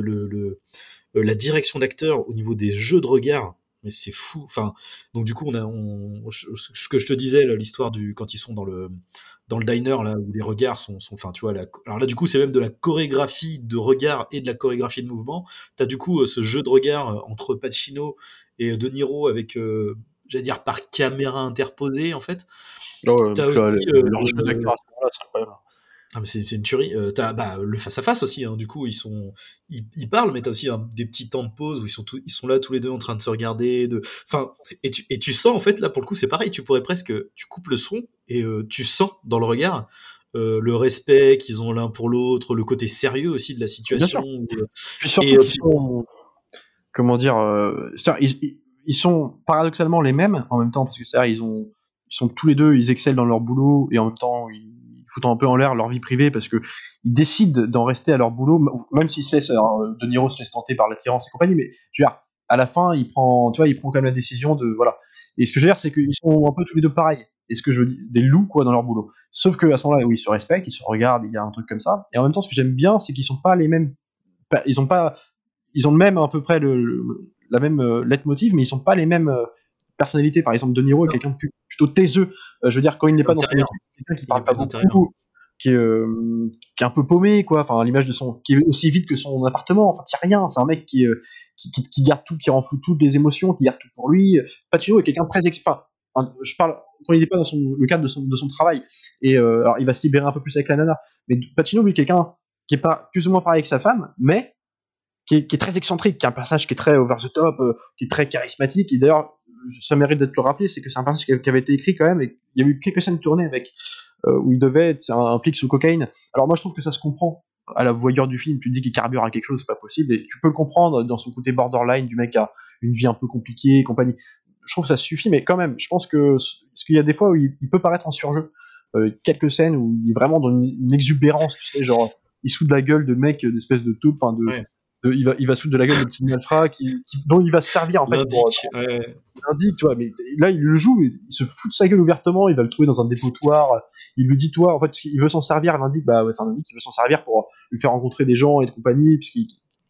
la direction d'acteur au niveau des jeux de regard, mais c'est fou. Enfin, donc du coup, ce que je te disais, là, l'histoire quand ils sont dans le diner là où les regards sont enfin, tu vois, alors là du coup, c'est même de la chorégraphie de regard et de la chorégraphie de mouvement. T'as du coup ce jeu de regard entre Pacino et De Niro avec, j'allais dire, par caméra interposée en fait. T'as aussi leur jeu d'acteur à ce moment-là, c'est incroyable. Ah, mais c'est une tuerie. T'as le face-à-face aussi, hein. Du coup, ils parlent, mais t'as aussi des petits temps de pause où ils sont là tous les deux en train de se regarder. Enfin, et tu sens, en fait, là, pour le coup, c'est pareil. Tu coupes le son et tu sens dans le regard le respect qu'ils ont l'un pour l'autre, le côté sérieux aussi de la situation. Puis surtout qu'ils sont, comment dire, ils sont paradoxalement les mêmes en même temps, parce que c'est-à-dire, ils sont tous les deux, ils excellent dans leur boulot, et en même temps, ils foutent un peu en l'air leur vie privée, parce que ils décident d'en rester à leur boulot, même s'ils se laissent, De Niro se laisse tenter par l'attirance et compagnie, mais je veux dire, à la fin, il prend quand même la décision de, voilà. Et ce que je veux dire, c'est qu'ils sont un peu tous les deux pareils. Et ce que je veux dire, des loups, quoi, dans leur boulot. Sauf que à ce moment-là, où ils se respectent, ils se regardent, il y a un truc comme ça. Et en même temps, ce que j'aime bien, c'est qu'ils sont pas les mêmes, ils ont le même, à peu près, la même leitmotiv, mais ils sont pas les mêmes personnalités. Par exemple, De Niro est quelqu'un de plutôt taiseux. Je veux dire, quand il n'est pas dans son équipe, c'est quelqu'un qui parle pas beaucoup, qui est un peu paumé, quoi. Enfin, à l'image qui est aussi vide que son appartement. Enfin, tient rien. C'est un mec qui garde tout, qui renfloue toutes les émotions, qui garde tout pour lui. Pacino est quelqu'un de très je parle quand il n'est pas dans le cadre de son travail. Et alors, il va se libérer un peu plus avec la nana. Mais Pacino, lui, est quelqu'un qui est pas plus ou moins pareil avec sa femme, mais qui est très excentrique, qui a un personnage qui est très over the top, qui est très charismatique. Et d'ailleurs, ça mérite d'être le rappelé, c'est que c'est un personnage qui avait été écrit quand même, et il y a eu quelques scènes tournées avec où il devait être un flic sous cocaïne. Alors moi, je trouve que ça se comprend à la voyeur du film. Tu te dis qu'il carbure à quelque chose, c'est pas possible, et tu peux le comprendre dans son côté borderline, du mec qui a une vie un peu compliquée et compagnie. Je trouve que ça suffit, mais quand même, je pense que parce qu'il y a des fois où il peut paraître en surjeu. Quelques scènes où il est vraiment dans une exubérance, tu sais, genre il se fout de la gueule de mecs d'espèces de taupes, enfin il va se foutre de la gueule de petits malfrats dont il va se servir en fait pour l'indique, tu vois. Mais là, il le joue, il se fout de sa gueule ouvertement, il va le trouver dans un dépotoir, il lui dit, toi, en fait, il veut s'en servir, l'indique, bah ouais, c'est un indique, il veut s'en servir pour lui faire rencontrer des gens et de compagnie, puisqu'il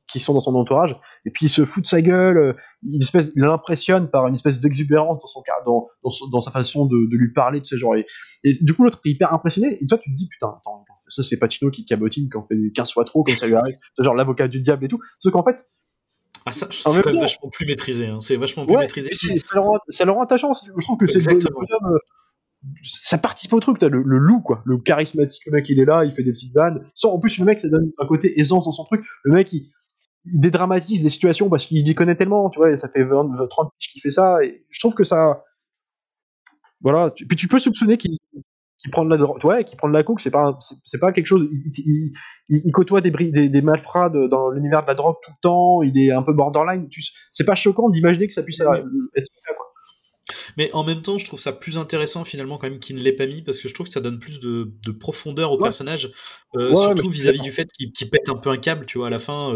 qui sont dans son entourage, et puis il se fout de sa gueule, il l'impressionne par une espèce d'exubérance dans sa façon de lui parler, de ce genre. Et du coup, l'autre est hyper impressionné, et toi, tu te dis, putain, attends, ça c'est Pacino qui cabotine, qui en fait 15 fois trop, comme ça lui arrive, c'est genre l'avocat du diable et tout. Sauf qu'en fait, ça, c'est quand même vachement plus maîtrisé, hein. C'est vachement plus maîtrisé. Ça le rend attachant, je trouve que c'est le bonhomme. Ça participe au truc, t'as le loup, quoi, le charismatique, le mec il est là, il fait des petites vannes, en plus le mec ça donne un côté aisance dans son truc, le mec il dédramatise des situations parce qu'il les connaît tellement, tu vois, ça fait 30 piges qu'il fait ça, et je trouve que ça, voilà, puis tu peux soupçonner qu'il prend de la drogue, ouais, qu'il prend de la coke, c'est pas quelque chose, il côtoie des malfrats dans l'univers de la drogue tout le temps, il est un peu borderline, c'est pas choquant d'imaginer que ça puisse être ça, quoi. Mais en même temps, je trouve ça plus intéressant finalement quand même qu'il ne l'ait pas mis, parce que je trouve que ça donne plus de profondeur au personnage, surtout vis-à-vis du fait qu'il pète un peu un câble, tu vois, à la fin.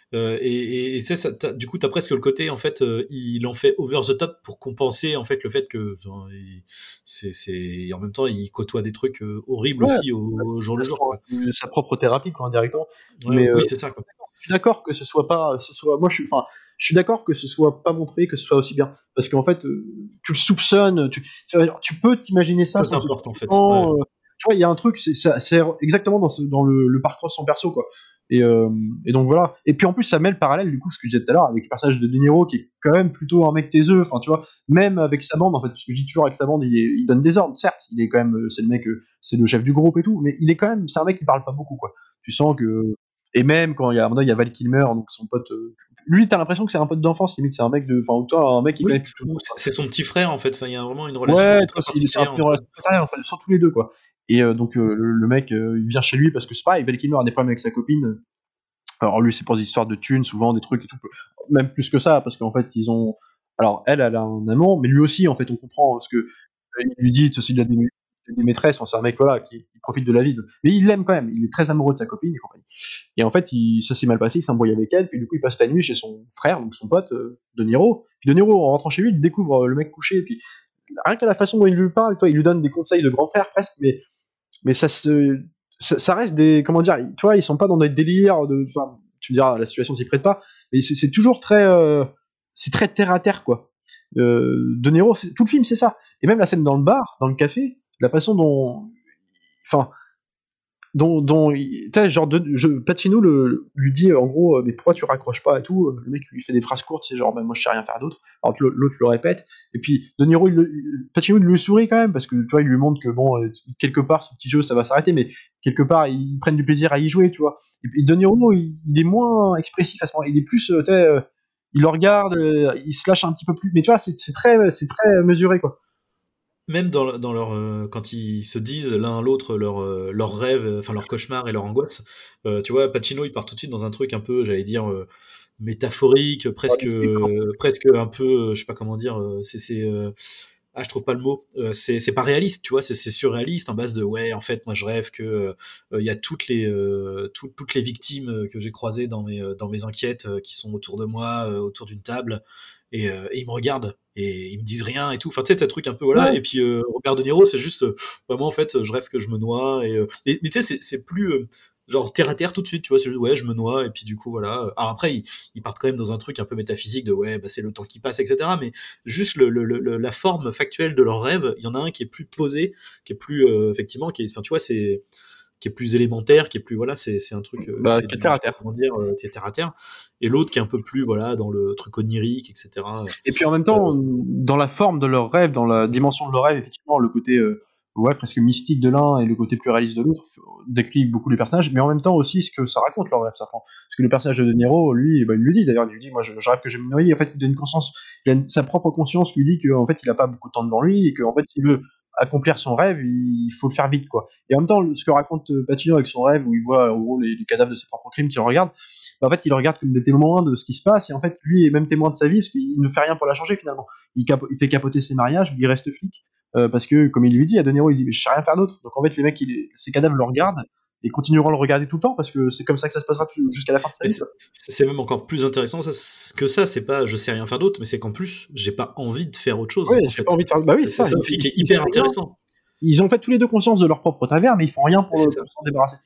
Et ça, du coup, t'as presque le côté, en fait, il en fait over the top pour compenser en fait le fait que en même temps, il côtoie des trucs horribles aussi au jour le jour, quoi. Sa propre thérapie, quoi, indirectement. Ouais, oui, c'est ça, quoi. Je suis d'accord que ce soit je suis d'accord que ce soit pas montré, que ce soit aussi bien, parce qu'en fait, tu le soupçonnes, tu peux t'imaginer ça. Peu importe, en fait. Tu vois, il y a un truc, c'est exactement dans le parcours de son perso, quoi. Et donc voilà. Et puis en plus, ça met le parallèle, du coup, ce que je disais tout à l'heure, avec le personnage de De Niro, qui est quand même plutôt un mec taiseux, enfin, tu vois, même avec sa bande, en fait, parce que je dis toujours avec sa bande, il donne des ordres, certes, il est quand même, c'est le mec, c'est le chef du groupe et tout, mais il est quand même, c'est un mec qui parle pas beaucoup, quoi. Tu sens que, et même quand il y a Val Kilmer, donc son pote, lui, t'as l'impression que c'est un pote d'enfance, limite, c'est un mec un mec qui oui, connaît c'est son petit frère, en fait, enfin, il y a vraiment une relation. Ouais, c'est un peu une relation paternelle, enfin, sur tous les deux, quoi. Et donc, le mec, il vient chez lui parce que c'est pareil, Val Kilmer a des problèmes avec sa copine. Alors lui, c'est pour des histoires de thunes, souvent des trucs et tout, même plus que ça, parce qu'en fait, alors elle a un amant, mais lui aussi, en fait, on comprend, parce que il lui dit, il a des maîtresses, enfin, c'est un mec, voilà, qui profite de la vie, mais il l'aime quand même, il est très amoureux de sa copine et compagnie. Et en fait, ça s'est mal passé, il s'embrouille avec elle, puis du coup, il passe la nuit chez son frère, donc son pote, De Niro. Puis De Niro, en rentrant chez lui, il découvre le mec couché, et puis rien qu'à la façon dont il lui parle, toi, il lui donne des conseils de grand frère presque, mais ça reste des, comment dire, toi, ils sont pas dans des délires enfin, tu me diras, la situation s'y prête pas, mais c'est toujours c'est très terre à terre, quoi. De Niro, tout le film, c'est ça. Et même la scène dans le bar, dans le café, la façon dont, enfin, genre Pacino lui dit en gros, mais pourquoi tu raccroches pas et tout. Le mec lui fait des phrases courtes, c'est genre, moi je sais rien faire d'autre. Alors que l'autre le répète, et puis De Niro, Pacino lui sourit quand même, parce que tu vois, il lui montre que bon, quelque part ce petit jeu ça va s'arrêter, mais quelque part ils prennent du plaisir à y jouer, tu vois. Et puis De Niro, il est moins expressif à ce moment, il est plus, il le regarde, il se lâche un petit peu plus, mais tu vois, c'est très mesuré, quoi. Même dans leur quand ils se disent l'un à l'autre leurs rêves, enfin leurs cauchemars et leur angoisse, tu vois, Pacino il part tout de suite dans un truc un peu, j'allais dire, métaphorique, presque un peu, je sais pas comment dire, je trouve pas le mot, c'est pas réaliste, tu vois, c'est surréaliste en base de ouais, en fait moi je rêve que il y a toutes les victimes que j'ai croisées dans mes enquêtes, qui sont autour de moi, autour d'une table, et ils me regardent et ils me disent rien et tout, enfin tu sais, t'as un truc un peu, voilà. Ouais. Et puis Robert De Niro, c'est juste vraiment, en fait, je rêve que je me noie, mais tu sais, c'est plus genre terre à terre tout de suite, tu vois, c'est juste ouais, je me noie, et puis du coup voilà. Alors après ils partent quand même dans un truc un peu métaphysique de ouais, bah c'est le temps qui passe, etc., mais juste la forme factuelle de leur rêve, il y en a un qui est plus posé, qui est plus effectivement, enfin tu vois, c'est qui est plus élémentaire, qui est plus, voilà, c'est un truc qui est terre à terre, comment dire, qui est terre à terre, et l'autre qui est un peu plus, voilà, dans le truc onirique, etc. Et puis en même temps, dans la forme de leur rêve, dans la dimension de leur rêve, effectivement, le côté ouais, presque mystique de l'un et le côté plus réaliste de l'autre décrit beaucoup les personnages, mais en même temps aussi ce que ça raconte leur rêve, ça prend. Parce que le personnage de De Niro, lui, il le dit d'ailleurs, il lui dit, moi je rêve que je vais me noyer. En fait, il a une conscience, sa propre conscience lui dit qu'en fait il a pas beaucoup de temps devant lui, et qu'en fait s'il veut accomplir son rêve, il faut le faire vite, quoi. Et en même temps, ce que raconte Pacino avec son rêve, où il voit en gros les cadavres de ses propres crimes qu'il regarde, en fait il le regarde comme des témoins de ce qui se passe, et en fait lui est même témoin de sa vie, parce qu'il ne fait rien pour la changer finalement. Il fait capoter ses mariages, il reste flic, parce que comme il lui dit à De Niro, il dit mais je sais rien faire d'autre. Donc en fait les mecs, ces cadavres le regardent et continueront à le regarder tout le temps, parce que c'est comme ça que ça se passera jusqu'à la fin de sa vie. C'est même encore plus intéressant que ça, c'est pas je sais rien faire d'autre, mais c'est qu'en plus j'ai pas envie de faire autre chose. Ouais, j'ai pas envie de faire. Bah oui, c'est ça qui est hyper intéressant. Ils ont fait tous les deux conscience de leur propre travers, mais ils font rien pour s'en débarrasser.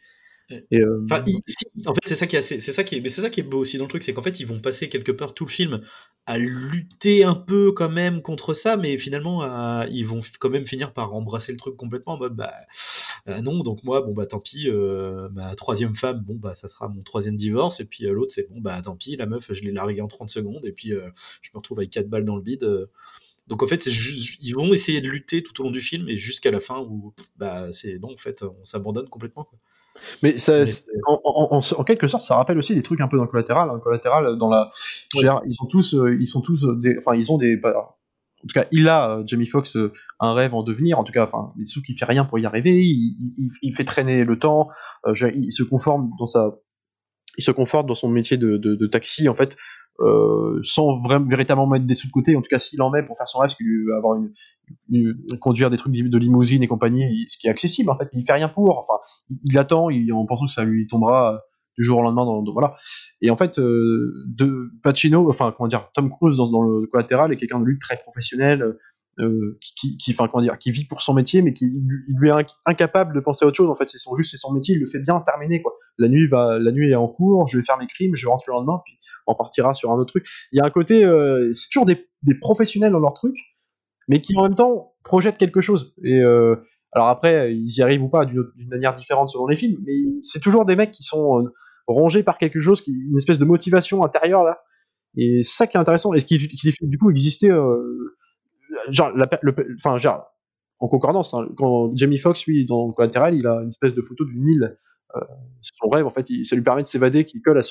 Et Enfin, en fait, c'est ça qui est beau aussi dans le truc, c'est qu'en fait, ils vont passer quelque part tout le film à lutter un peu quand même contre ça, mais finalement, ils vont quand même finir par embrasser le truc complètement en mode, bah, non, donc moi, bon, bah, tant pis, ma troisième femme, bon, bah, ça sera mon troisième divorce, et puis l'autre, c'est bon, bah, tant pis, la meuf, je l'ai larguée en 30 secondes, et puis je me retrouve avec 4 balles dans le bide. Donc en fait, c'est juste, ils vont essayer de lutter tout au long du film, et jusqu'à la fin où, bah, c'est non, en fait, on s'abandonne complètement, quoi. Mais ça, Mais en quelque sorte, ça rappelle aussi des trucs un peu dans Collatéral. Hein. Collatéral, dans la, je veux ouais. dire, ils sont tous, enfin, ils ont des, en tout cas, Jamie Foxx, un rêve en devenir. En tout cas, enfin, mais sauf qu'il fait rien pour y arriver. Il fait traîner le temps. Il se conforme dans il se conforte dans son métier de taxi, en fait, sans vraiment véritablement mettre des sous de côté. En tout cas, s'il en met pour faire son rêve, ce qui lui va avoir conduire des trucs de limousine et compagnie, ce qui est accessible, en fait, il fait rien pour. Enfin, il attend, en pensant que ça lui tombera du jour au lendemain. Voilà. Et en fait, de Pacino, enfin, comment dire, Tom Cruise dans le Collatéral est quelqu'un de lui très professionnel. Enfin, comment dire, qui vit pour son métier, mais qui il lui est incapable de penser à autre chose. En fait, c'est son métier, il le fait bien terminé, quoi. La nuit est en cours, je vais faire mes crimes, je rentre le lendemain, puis on partira sur un autre truc. Il y a un côté, c'est toujours des professionnels dans leur truc, mais qui en même temps projettent quelque chose. Et alors après, ils y arrivent ou pas d'une manière différente selon les films, mais c'est toujours des mecs qui sont rongés par quelque chose, une espèce de motivation intérieure là. Et c'est ça qui est intéressant, et ce qui les fait du coup exister. Genre, enfin, genre, en concordance, hein, quand Jamie Foxx, lui, dans Collateral, il a une espèce de photo d'une île. C'est son rêve, en fait, ça lui permet de s'évader,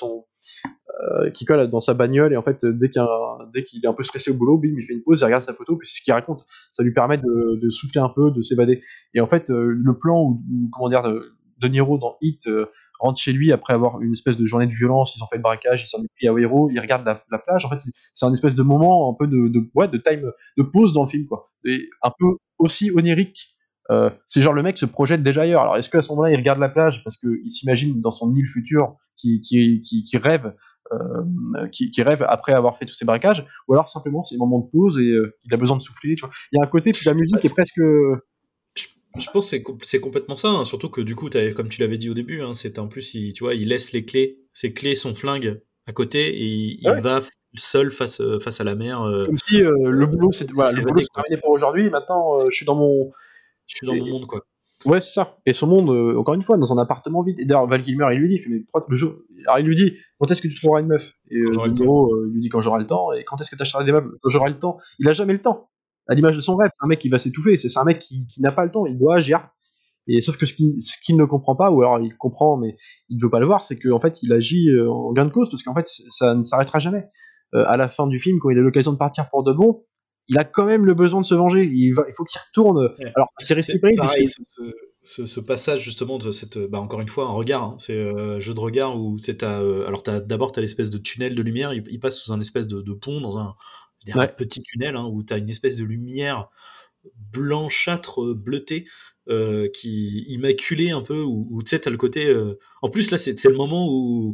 qui colle dans sa bagnole, et en fait, dès qu'il est un peu stressé au boulot, bim, il fait une pause, il regarde sa photo, puis c'est ce qu'il raconte. Ça lui permet de souffler un peu, de s'évader. Et en fait, le plan comment dire, de Niro dans Hit rentre chez lui après avoir une espèce de journée de violence, ils ont fait le braquage, ils s'en est pris à héros, il regarde la plage. En fait, c'est un espèce de moment un peu de time, de pause dans le film, quoi. Et un peu aussi onirique. C'est genre le mec se projette déjà ailleurs. Alors est-ce qu'à ce moment-là il regarde la plage parce qu'il s'imagine dans son île future qui rêve, qui rêve après avoir fait tous ces braquages, ou alors simplement c'est un moment de pause et il a besoin de souffler, tu vois. Il y a un côté, puis la musique est presque. Je pense que c'est complètement ça, hein, surtout que du coup, comme tu l'avais dit au début, hein, c'est en plus, tu vois, il laisse les clés, ses clés, son flingue à côté, et il Ouais, va seul face à la mer, comme si le boulot c'est s'évader, quoi. terminé pour aujourd'hui, et maintenant je suis dans mon. Je suis dans mon monde, quoi. Ouais, c'est ça. Et son monde, encore une fois, dans un appartement vide. Et d'ailleurs, Val Kilmer, il lui dit, il fait, mais pourquoi le jour. Alors, il lui dit, quand est-ce que tu trouveras une meuf? Et Quand j'aurai De le temps. Niro, il lui dit, quand j'aurai le temps. Et quand est-ce que tu achèteras des meubles? Quand j'aurai le temps. Il a jamais le temps. À l'image de son rêve, c'est un mec qui va s'étouffer. C'est un mec qui n'a pas le temps. Il doit agir. Et sauf que ce qu'il ne comprend pas, ou alors il comprend, mais il ne veut pas le voir, c'est qu'en fait, il agit en gain de cause, parce qu'en fait, ça ne s'arrêtera jamais. À la fin du film, quand il a l'occasion de partir pour de bon, il a quand même le besoin de se venger. Il faut qu'il retourne. Ouais. Alors, c'est risqué C'est pour lui, puisque. pareil, ce passage justement de cette, bah, encore une fois, un regard, hein, c'est jeu de regard où alors d'abord t'as l'espèce de tunnel de lumière, il passe sous un espèce de pont dans je dirais un Ouais. petit tunnel, hein, où t'as une espèce de lumière blanchâtre, bleutée, qui immaculée un peu, où tu sais, t'as le côté. En plus là, c'est le moment où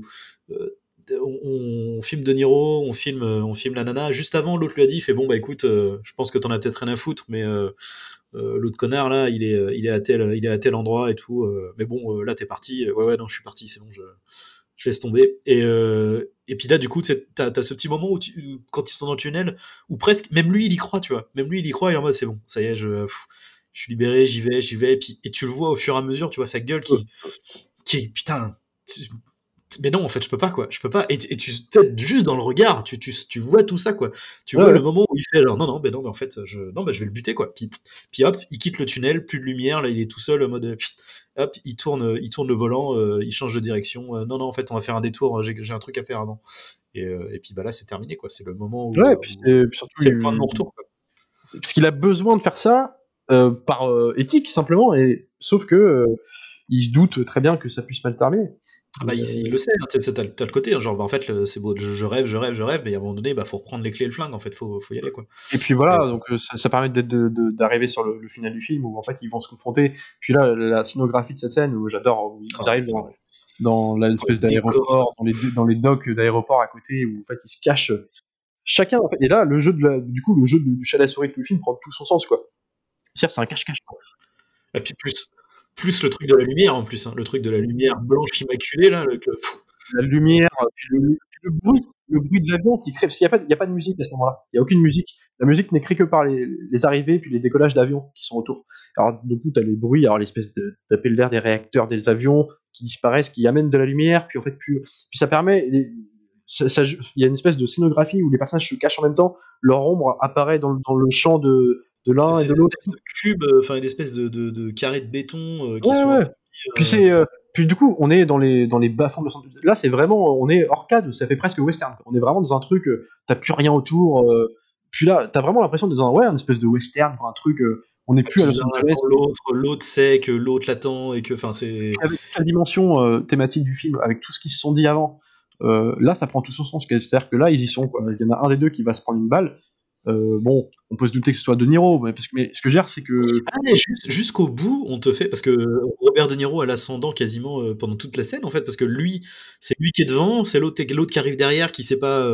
on filme De Niro, on filme la nana. Juste avant, l'autre lui a dit, il fait bon bah écoute, je pense que t'en as peut-être rien à foutre, mais l'autre connard là, il est à tel endroit et tout. Mais bon, là t'es parti. Ouais, non, je suis parti, c'est bon, je laisse tomber. Et puis là, du coup, t'as ce petit moment où quand ils sont dans le tunnel, où presque, même lui, il y croit, tu vois. Même lui, il y croit, il est en mode, c'est bon, ça y est, je suis libéré, j'y vais. Et tu le vois au fur et à mesure, tu vois sa gueule putain. Mais non, en fait, je peux pas, quoi. Je peux pas. Et tu peut-être juste dans le regard, tu vois tout ça, quoi. Tu vois Ouais. le moment où il fait genre, non, mais non, mais en fait, non, bah, je vais le buter, quoi. Puis hop, il quitte le tunnel, plus de lumière, là, il est tout seul, en mode, hop, il tourne le volant, il change de direction. Non, en fait, on va faire un détour, j'ai un truc à faire avant. Et puis, bah là, c'est terminé, quoi. C'est le moment où, Ouais, puis puis surtout, c'est le point de mon retour, quoi. parce qu'il a besoin de faire ça par éthique simplement, et sauf que il se doute très bien que ça puisse mal terminer. Ah bah, il le sait, hein, tu sais, t'as le côté, hein, genre, bah, en fait, c'est beau, je rêve, mais à un moment donné, bah, faut reprendre les clés et le flingue, en fait, faut y aller, quoi. Et puis Et, voilà, donc ça permet d'arriver sur le final du film où en fait ils vont se confronter. Puis là, la scénographie de cette scène où j'adore, où ils oh, arrivent putain, ouais. dans l'espèce Le décor. d'aéroport, dans les docks d'aéroport à côté, où en fait ils se cachent chacun. En fait, et là, du coup, le jeu du chat à la souris de tout le film prend tout son sens, quoi. C'est-à-dire, c'est un cache-cache, quoi. Et puis plus. Plus le truc de la lumière en plus, hein, le truc de la lumière blanche immaculée là, La lumière, puis le bruit de l'avion qui crée, parce qu'il y a pas de musique à ce moment-là. Il y a aucune musique. La musique n'est créée que par les arrivées puis les décollages d'avions qui sont autour. Alors du coup, t'as les bruits, alors l'espèce d'appel d'air des réacteurs des avions qui disparaissent, qui amènent de la lumière, puis en fait puis ça permet il y a une espèce de scénographie où les personnages se cachent en même temps, leur ombre apparaît dans le champ de l'un et c'est de des l'autre. espèces de cubes, enfin des espèces de carrés de béton qui Ouais, sont ouais. un peu Puis puis du coup, on est dans les bas-fonds de Los Angeles. Là, c'est vraiment, on est orcade, ça fait presque western, quoi. On est vraiment dans un truc, t'as plus rien autour. Puis là, t'as vraiment l'impression d'être dans un espèce de western, un truc, on n'est plus à Los Angeles. l'autre sait que l'autre l'attend et que, enfin, c'est. Avec toute la dimension thématique du film, avec tout ce qui se sont dit avant, là, ça prend tout son sens. C'est-à-dire que là, ils y sont, quoi. Il y en a un des deux qui va se prendre une balle. Bon, on peut se douter que ce soit De Niro, mais ce que je veux dire, c'est que Ah, mais jusqu'au bout, on te fait, parce que Robert De Niro a l'ascendant quasiment pendant toute la scène en fait, parce que c'est lui qui est devant, c'est l'autre qui arrive derrière qui sait pas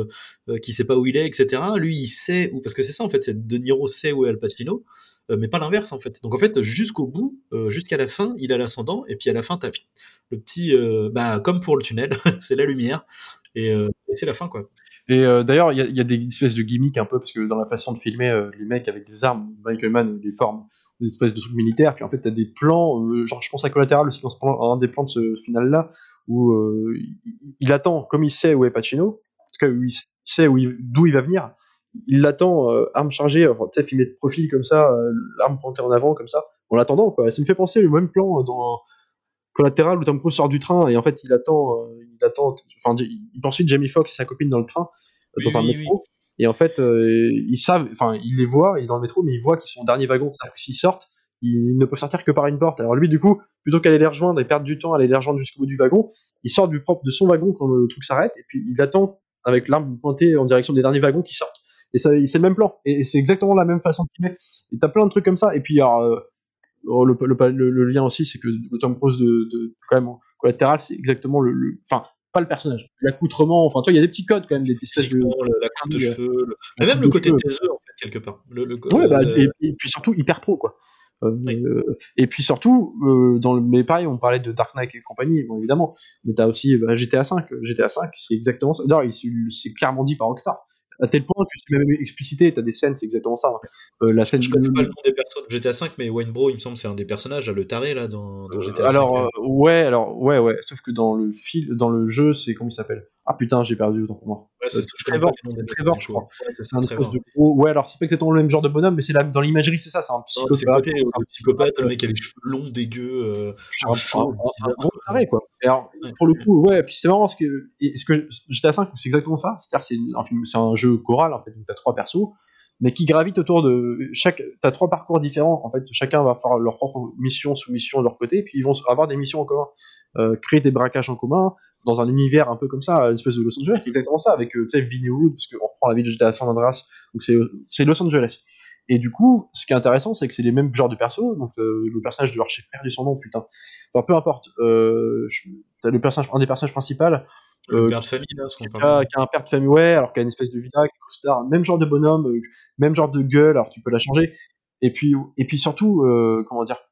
où il est, etc. Lui, il sait où, parce que c'est ça en fait, c'est De Niro sait où est Al Pacino, mais pas l'inverse en fait. Donc en fait, jusqu'au bout, jusqu'à la fin, il a l'ascendant, et puis à la fin, t'as le petit, comme pour le tunnel, c'est la lumière, et c'est la fin quoi. Et d'ailleurs, il y a des espèces de gimmicks un peu, parce que dans la façon de filmer, les mecs avec des armes, Michael Mann les forme des espèces de trucs militaires, puis en fait, t'as des plans, genre je pense à Collateral aussi, un des plans de ce final-là, où il attend, comme il sait où est Pacino, en tout cas, où il sait d'où il va venir, il l'attend, arme chargée, enfin, tu sais, filmé de profil comme ça, l'arme pointée en avant, comme ça, en l'attendant, quoi. Ça me fait penser le même plan dans Collatéral où Tom Cruise sort du train et en fait enfin il poursuit Jamie Foxx et sa copine dans le train, dans un métro, et en fait ils savent, enfin il les voit, il est dans le métro, mais ils voient qu'ils sont au dernier wagon, c'est-à-dire que s'ils sortent, ils ne peuvent sortir que par une porte. Alors lui du coup, plutôt qu'aller les rejoindre et perdre du temps à aller les rejoindre jusqu'au bout du wagon, il sort de son wagon quand le truc s'arrête, et puis il attend avec l'arme pointée en direction des derniers wagons qui sortent. Et ça, c'est le même plan, et c'est exactement la même façon de filmer. Et t'as plein de trucs comme ça, et puis alors, le lien aussi, c'est que le Tom Cruise quand même Collatéral, c'est exactement enfin pas le personnage, l'accoutrement, enfin toi il y a des petits codes quand même, des espèces de la coupe de cheveux, mais même le côté taiseux en fait quelque part. Et puis surtout hyper pro, quoi. Oui. Et puis surtout mais pareil, on parlait de Dark Knight et compagnie, bon évidemment, mais t'as aussi GTA 5. GTA 5, c'est exactement ça. D'ailleurs, c'est clairement dit par Rockstar, à tel point que c'est même explicité, t'as des scènes, c'est exactement ça. La scène Je connais pas le nom des personnes de GTA 5, mais Wayne Bro, il me semble, c'est un des personnages, là, le taré là dans GTA 5. Alors ouais, sauf que dans le jeu, c'est comment il s'appelle? Ah putain, j'ai perdu, autant pour moi. Trevor, je crois. C'est un espèce de gros. Ouais, alors c'est pas exactement le même genre de bonhomme, mais c'est dans l'imagerie, c'est ça, c'est un psychopathe. Le psychopathe, le mec qui a les cheveux longs, dégueux, un gros taré, quoi. Et alors, pour le coup, ouais, puis c'est marrant parce que GTA 5, c'est exactement ça. C'est-à-dire, c'est un jeu choral, en fait, où t'as 3 persos, mais qui gravitent autour de t'as 3 parcours différents. En fait, chacun va faire leur propre mission, sous-mission de leur côté, puis ils vont avoir des missions en commun, créer des braquages en commun dans un univers un peu comme ça, une espèce de Los Angeles. C'est exactement ça, avec tu sais, Vineywood, parce qu'on reprend la ville de GTA San Andreas, donc c'est Los Angeles. Et du coup, ce qui est intéressant, c'est que c'est les mêmes genres de persos. Donc le personnage de j'ai perdu son nom, putain. Enfin, peu importe. T'as un des personnages principaux. Le père de famille, là, ce qu'on parle. Qui a un père de famille, ouais, alors qu'il a une espèce de villa, costard, même genre de bonhomme, même genre de gueule, alors tu peux la changer. Et puis surtout, comment dire,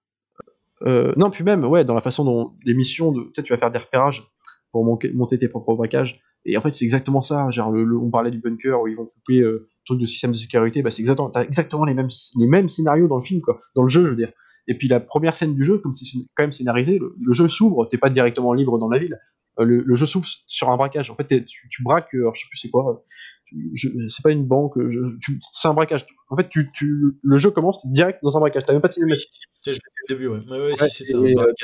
non, puis même, ouais, dans la façon dont les missions, peut-être tu vas faire des repérages pour monter tes propres braquages. Et en fait, c'est exactement ça. Genre, on parlait du bunker où ils vont couper truc de système de sécurité. Bah, t'as exactement les mêmes scénarios dans le film, quoi, dans le jeu, je veux dire. Et puis la première scène du jeu, comme c'est quand même scénarisé, le jeu s'ouvre. T'es pas directement libre dans la ville. Le jeu s'ouvre sur un braquage. En fait, tu braques, alors je sais plus c'est quoi. C'est pas une banque. C'est un braquage. En fait, le jeu commence direct dans un braquage. T'as même pas de cinématique. J'ai fait le début, ouais. Ouais, c'est ça.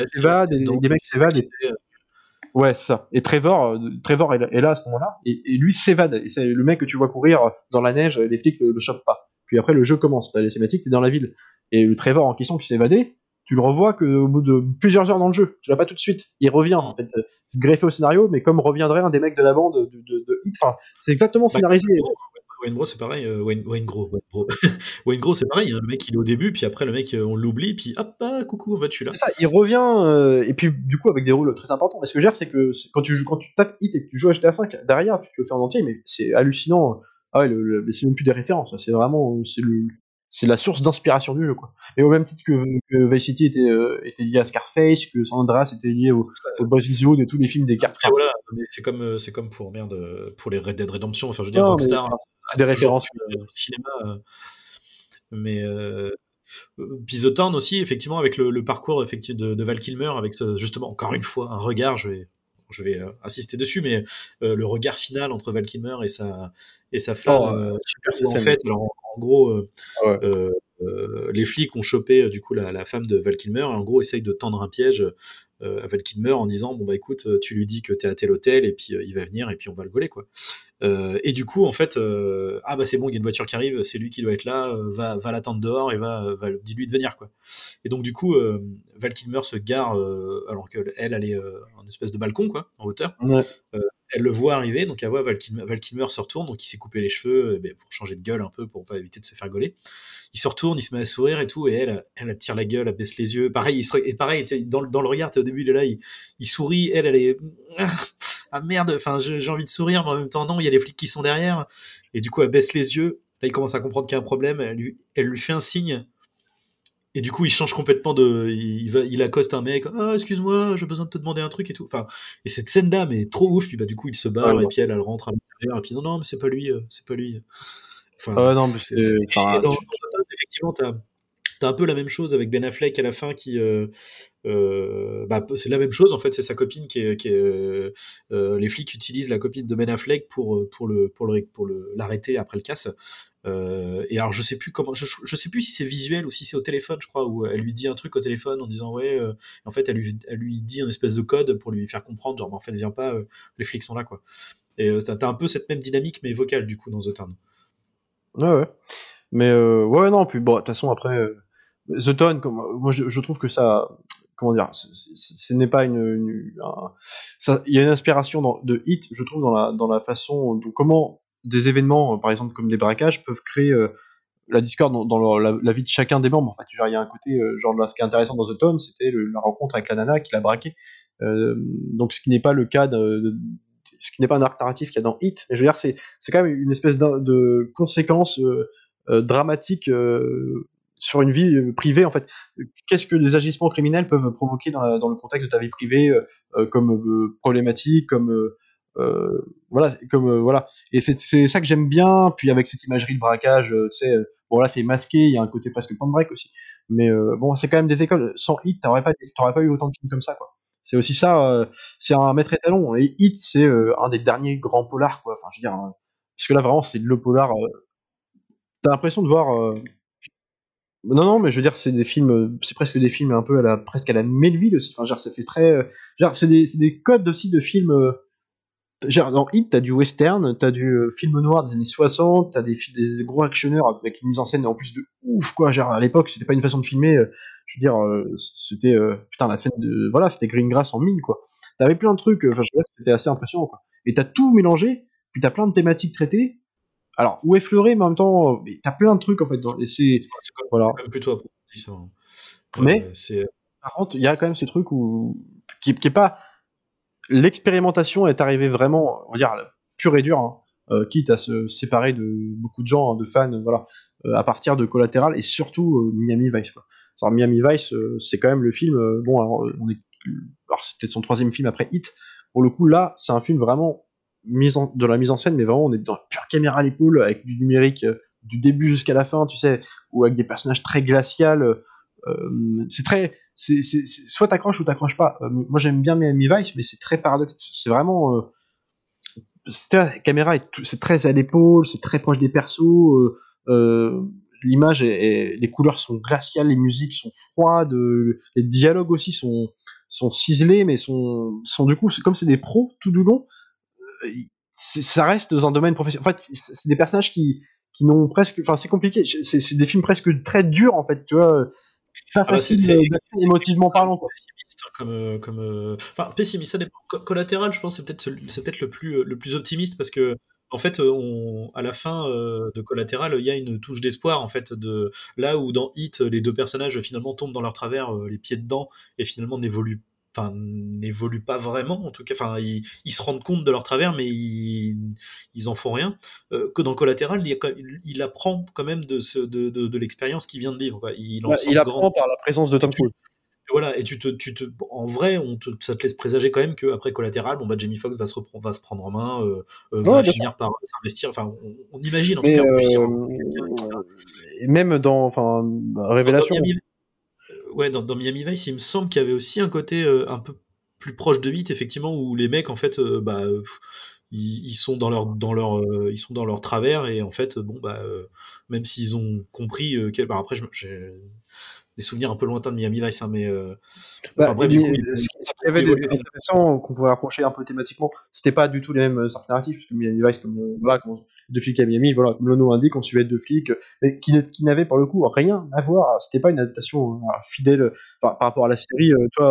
Les mecs s'évadent. Ouais, c'est ça. Et Trevor est là à ce moment-là, et lui s'évade. Et c'est le mec que tu vois courir dans la neige, les flics le chopent pas. Puis après, le jeu commence. T'as les cinématiques, t'es dans la ville. Et le Trevor en question qui s'est évadé, tu le revois qu'au bout de plusieurs heures dans le jeu. Tu l'as pas tout de suite. Il revient, en fait, se greffer au scénario, mais comme reviendrait un des mecs de la bande de Hit. Enfin, c'est exactement scénarisé. Wayne Bro, c'est pareil. Wayne Gros, Wayne Gros, c'est pareil. Hein, le mec, il est au début, puis après, le mec, on l'oublie, puis hop, coucou, en fait, je suis là. C'est ça, il revient, et puis du coup, avec des rôles très importants. Mais ce que je veux dire, c'est que quand tu tapes Hit et que tu joues à GTA 5, derrière, tu te le fais en entier, mais c'est hallucinant. Ah ouais, mais c'est même plus des références. C'est vraiment, c'est la source d'inspiration du jeu, quoi. Et au même titre que Vice City était lié à Scarface, que San Andreas était lié au Boys in the Hood et tous les films des cartes. Après, voilà, mais c'est comme pour pour les Red Dead Redemption. Enfin, je veux dire, Non, mais Rockstar c'est des a toujours références. utilisé au cinéma, mais puis The Town aussi, effectivement, avec le parcours de Val Kilmer, avec justement, encore une fois, un regard, je vais insister dessus, mais le regard final entre Val Kilmer et sa femme, Super où, en cette scène. fait, alors, en gros, Ouais. les flics ont chopé du coup la femme de Val Kilmer et en gros essayent de tendre un piège à Val Kilmer en disant bon bah écoute, tu lui dis que t'es à tel hôtel et puis il va venir et puis on va le gauler quoi. Et du coup en fait ah bah c'est bon, il y a une voiture qui arrive, c'est lui qui doit être là, va l'attendre dehors et dis-lui de venir quoi. Et donc du coup Val Kilmer se gare alors qu'elle elle est en espèce de balcon quoi en hauteur. Ouais. Elle le voit arriver, donc elle voit Val Kilmer se retourne, donc il s'est coupé les cheveux pour changer de gueule un peu, pour pas éviter de se faire gauler. Il se retourne, il se met à sourire et tout, et elle tire la gueule, elle baisse les yeux. Pareil, et pareil, dans le regard, au début, il est là, il sourit, elle est ah merde, enfin j'ai envie de sourire, mais en même temps non, il y a les flics qui sont derrière, et du coup elle baisse les yeux. Là, il commence à comprendre qu'il y a un problème. Elle lui fait un signe. Et du coup, il change complètement il accoste un mec. Ah, excuse-moi, j'ai besoin de te demander un truc et tout. Enfin, et cette scène-là, mais trop ouf. Puis bah, du coup, il se barre Ouais, et puis elle rentre à l'intérieur. Et puis non, mais c'est pas lui, c'est pas lui. Enfin, ouais, non, mais et enfin, dans Showtime, effectivement, t'as un peu la même chose avec Ben Affleck à la fin qui. Bah, c'est la même chose en fait, c'est sa copine les flics utilisent la copine de Ben Affleck pour l'arrêter après le casse. Et alors je sais plus comment, je sais plus si c'est visuel ou si c'est au téléphone, je crois, où elle lui dit un truc au téléphone en disant ouais, en fait elle lui dit un espèce de code pour lui faire comprendre genre en fait viens pas, les flics sont là quoi. Et t'as un peu cette même dynamique mais vocale du coup dans The Town. ouais. Mais ouais, non, puis bon, de toute façon, après, The Tone, moi je trouve que ça. Comment dire, ce n'est pas il y a une inspiration de Hit, je trouve, dans la façon dont comment des événements, par exemple comme des braquages, peuvent créer la discorde dans la vie de chacun des membres. En fait, il y a un côté, genre là, ce qui est intéressant dans The Tone, c'était la rencontre avec la nana qui l'a braqué. Donc ce qui n'est pas le cas ce qui n'est pas un arc narratif qu'il y a dans Hit, mais je veux dire, c'est quand même une espèce de conséquence dramatique sur une vie privée en fait. Qu'est-ce que les agissements criminels peuvent provoquer dans le contexte de ta vie privée comme problématique, comme voilà. Et c'est ça que j'aime bien. Puis avec cette imagerie de braquage, tu sais, bon là c'est masqué, il y a un côté presque point break aussi. Mais bon, c'est quand même des écoles. Sans Hit, t'aurais pas eu autant de films comme ça, quoi. C'est aussi ça. C'est un maître étalon. Et Hit, c'est un des derniers grands polars, quoi. Enfin, je veux dire, parce que là vraiment, c'est le polar. T'as l'impression de voir. Non, mais je veux dire, c'est des films, c'est presque des films un peu presque à la Melville aussi. Enfin, genre, ça fait très, genre, c'est des codes aussi de films. Genre, dans Hit, t'as du western, t'as du film noir des années 60, t'as des gros actionneurs avec une mise en scène en plus de ouf, quoi. Genre, à l'époque, c'était pas une façon de filmer. Je veux dire, c'était putain la scène de, voilà, c'était Greengrass en mine, quoi. T'avais plein de trucs. Enfin, je veux dire, c'était assez impressionnant, quoi. Et t'as tout mélangé, puis t'as plein de thématiques traitées. Alors, où effleuré, mais en même temps, mais t'as plein de trucs en fait. Et voilà. C'est quand même plutôt approfondi ça, hein. Mais C'est par contre, il y a quand même ce truc qui est pas. L'expérimentation est arrivée vraiment, on va dire, pure et dure, hein, quitte à se séparer de beaucoup de gens, hein, de fans, voilà, à partir de Collateral et surtout Miami Vice, quoi. Alors, Miami Vice, c'est quand même le film. Bon, alors, alors c'est peut-être son troisième film après Hit. Pour le coup, là, c'est un film vraiment de la mise en scène, mais vraiment, on est dans la pure caméra à l'épaule, avec du numérique du début jusqu'à la fin, tu sais, ou avec des personnages très glaciales. C'est très, soit t'accroches ou t'accroches pas. Moi j'aime bien Miami Vice, mais c'est très paradoxal. C'est vraiment, la caméra c'est très à l'épaule, c'est très proche des persos. L'image les couleurs sont glaciales, les musiques sont froides, les dialogues aussi sont ciselés, mais sont du coup, comme c'est des pros tout du long, ça reste dans un domaine professionnel. En fait, c'est des personnages qui n'ont presque, enfin c'est compliqué. C'est des films presque très durs en fait, tu vois, pas facile émotivement parlant, quoi. pessimiste enfin pessimiste, ça dépend. Collatéral, je pense, c'est peut-être le plus optimiste parce que en fait, à la fin de Collatéral, il y a une touche d'espoir en fait de là où dans Hit, les deux personnages finalement tombent dans leur travers, les pieds dedans et finalement n'évoluent n'évoluent pas vraiment, en tout cas, ils se rendent compte de leur travers, mais ils en font rien. Que dans Collatéral, il apprend quand même de l'expérience qu'il vient de vivre, quoi. Il en Bah, sort il apprend grand. par la présence de Tom Cruise. Voilà, et en vrai, ça te laisse présager quand même qu'après Collatéral, Jamie Foxx va se prendre en main, va Bien finir par s'investir. Enfin, on imagine en tout Mais cas réussir à recruter quelqu'un, etc. et même dans Révélation. Dans Miami Vice, il me semble qu'il y avait aussi un côté un peu plus proche de Hit, effectivement, où les mecs, en fait, ils sont ils sont dans leur travers, et en fait, même s'ils ont compris après, j'ai des souvenirs un peu lointains de Miami Vice, hein, mais bref, du coup, ce qu'il y avait d'intéressant qu'on pourrait rapprocher un peu thématiquement, c'était pas du tout les mêmes arcs narratifs, parce que Miami Vice, comme deux flics à Miami, voilà, comme le nom l'indique, on suivait deux flics, mais qui n'avaient pour le coup rien à voir. C'était pas une adaptation fidèle par rapport à la série,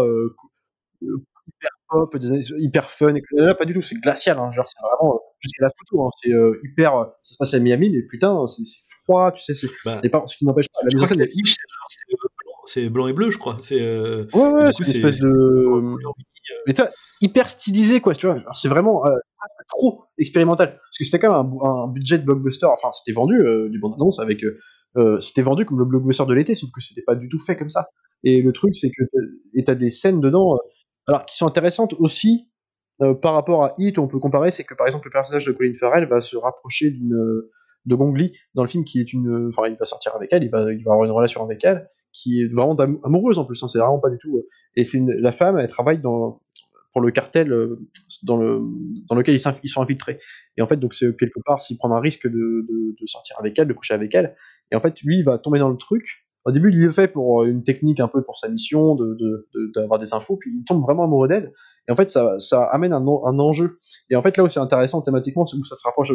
hyper pop, hyper fun, et là pas du tout, c'est glacial, hein, genre c'est vraiment jusqu'à la photo, hein, c'est ça se passe à Miami, mais putain, c'est froid, tu sais, ce qui n'empêche pas la je mise en crois que scène. c'est blanc et bleu, je crois. C'est Ouais, du c'est coup, une espèce de. Mais toi, hyper stylisé, quoi, tu vois. Alors, c'est vraiment trop expérimental. Parce que c'était quand même un budget de blockbuster. Enfin, c'était vendu, les bandes annonces, avec. C'était vendu comme le blockbuster de l'été, sauf que c'était pas du tout fait comme ça. Et le truc, c'est que t'as des scènes dedans, alors qui sont intéressantes aussi, par rapport à Hit, on peut comparer, c'est que par exemple, le personnage de Colin Farrell va se rapprocher de Gong Li dans le film, qui est une. Enfin, il va sortir avec elle, il va avoir une relation avec elle, qui est vraiment amoureuse en plus, hein, c'est vraiment pas du tout. Et la femme, elle travaille pour le cartel dans lequel ils sont infiltrés. Et en fait, donc c'est quelque part s'il prend un risque de sortir avec elle, de coucher avec elle. Et en fait, lui, il va tomber dans le truc. Au début, il le fait pour une technique un peu pour sa mission, d'avoir des infos, puis il tombe vraiment amoureux d'elle. Et en fait, ça amène un enjeu. Et en fait, là où c'est intéressant thématiquement, c'est où ça se rapproche.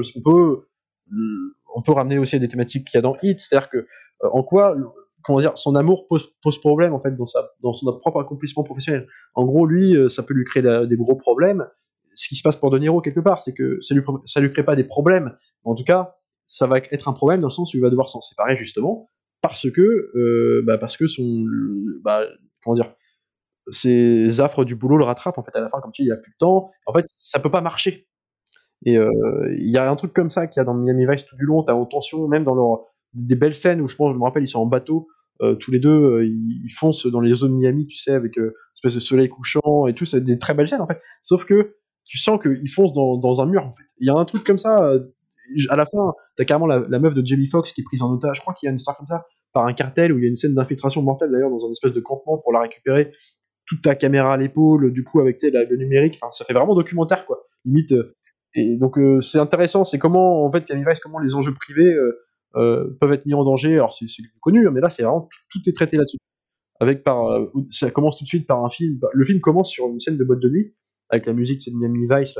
On peut ramener aussi à des thématiques qu'il y a dans Hit, c'est-à-dire que en quoi, comment dire, son amour pose problème en fait dans son propre accomplissement professionnel. En gros, lui, ça peut lui créer des gros problèmes. Ce qui se passe pour De Niro quelque part, c'est que ça lui crée pas des problèmes. En tout cas, ça va être un problème dans le sens où il va devoir s'en séparer justement parce que comment dire, ses affres du boulot le rattrapent en fait à la fin, comme tu dis, il a plus de temps. En fait, ça peut pas marcher. Et il y a un truc comme ça qu'il y a dans Miami Vice tout du long, t'as en tension, même dans des belles scènes où je me rappelle, ils sont en bateau, tous les deux, ils foncent dans les zones Miami, tu sais, avec une espèce de soleil couchant et tout, c'est des très belles scènes en fait. Sauf que tu sens qu'ils foncent dans un mur en fait. Il y a un truc comme ça, à la fin, t'as carrément la meuf de Jamie Foxx qui est prise en otage, je crois qu'il y a une histoire comme ça, par un cartel, où il y a une scène d'infiltration mortelle d'ailleurs dans un espèce de campement pour la récupérer, toute ta caméra à l'épaule, du coup avec le numérique, enfin ça fait vraiment documentaire quoi, limite. Et donc c'est intéressant, c'est comment en fait Miami Vice, comment les enjeux privés peuvent être mis en danger. Alors c'est connu, hein, mais là c'est vraiment tout est traité là-dessus. Ça commence tout de suite par un film. Le film commence sur une scène de boîte de nuit avec la musique de Miami Vice,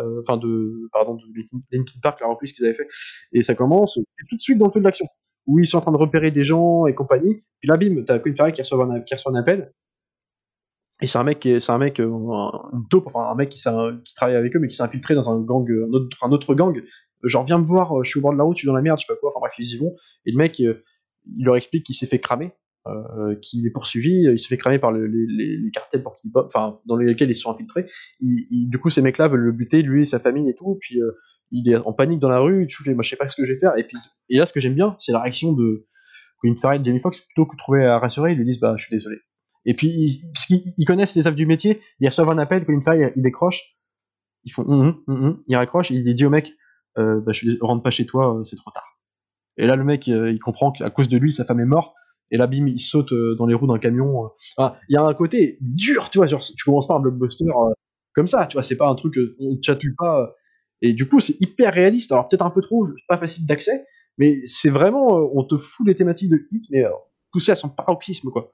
de Linkin Park, la reprise qu'ils avaient fait. Et ça commence tout de suite dans le feu de l'action, où ils sont en train de repérer des gens et compagnie. Puis là, bim, t'as Colin Farrell qui reçoit un appel. Et c'est un mec, une taupe, enfin un mec qui travaille avec eux, mais qui s'est infiltré dans un gang, un autre gang. Genre, viens me voir, je suis au bord de la route, je suis dans la merde, je sais pas quoi. Enfin bref, ils y vont. Et le mec, il leur explique qu'il s'est fait cramer, qu'il est poursuivi, il s'est fait cramer par les cartels dans lesquels ils se sont infiltrés. Du coup, ces mecs-là veulent le buter, lui et sa famille et tout. Puis il est en panique dans la rue. Tu fais, moi, je sais pas ce que je vais faire. Et là, ce que j'aime bien, c'est la réaction de Colin Farrell et Jamie Foxx, plutôt que de trouver à rassurer, ils lui disent, bah, je suis désolé. Et puis, parce qu'ils connaissent les affres du métier, ils reçoivent un appel, Colin Farrell, il décroche, ils font il raccroche, et il dit au mec, rentre pas chez toi, c'est trop tard. Et là, le mec, il comprend qu'à cause de lui, sa femme est morte, et là, bim, il saute dans les roues d'un camion. Il y a un côté dur, tu vois, genre, tu commences pas un blockbuster comme ça, tu vois, c'est pas un truc, on te chatouille pas. Et du coup, c'est hyper réaliste, alors peut-être un peu trop, pas facile d'accès, mais c'est vraiment, on te fout les thématiques de Hit, mais poussé à son paroxysme, quoi.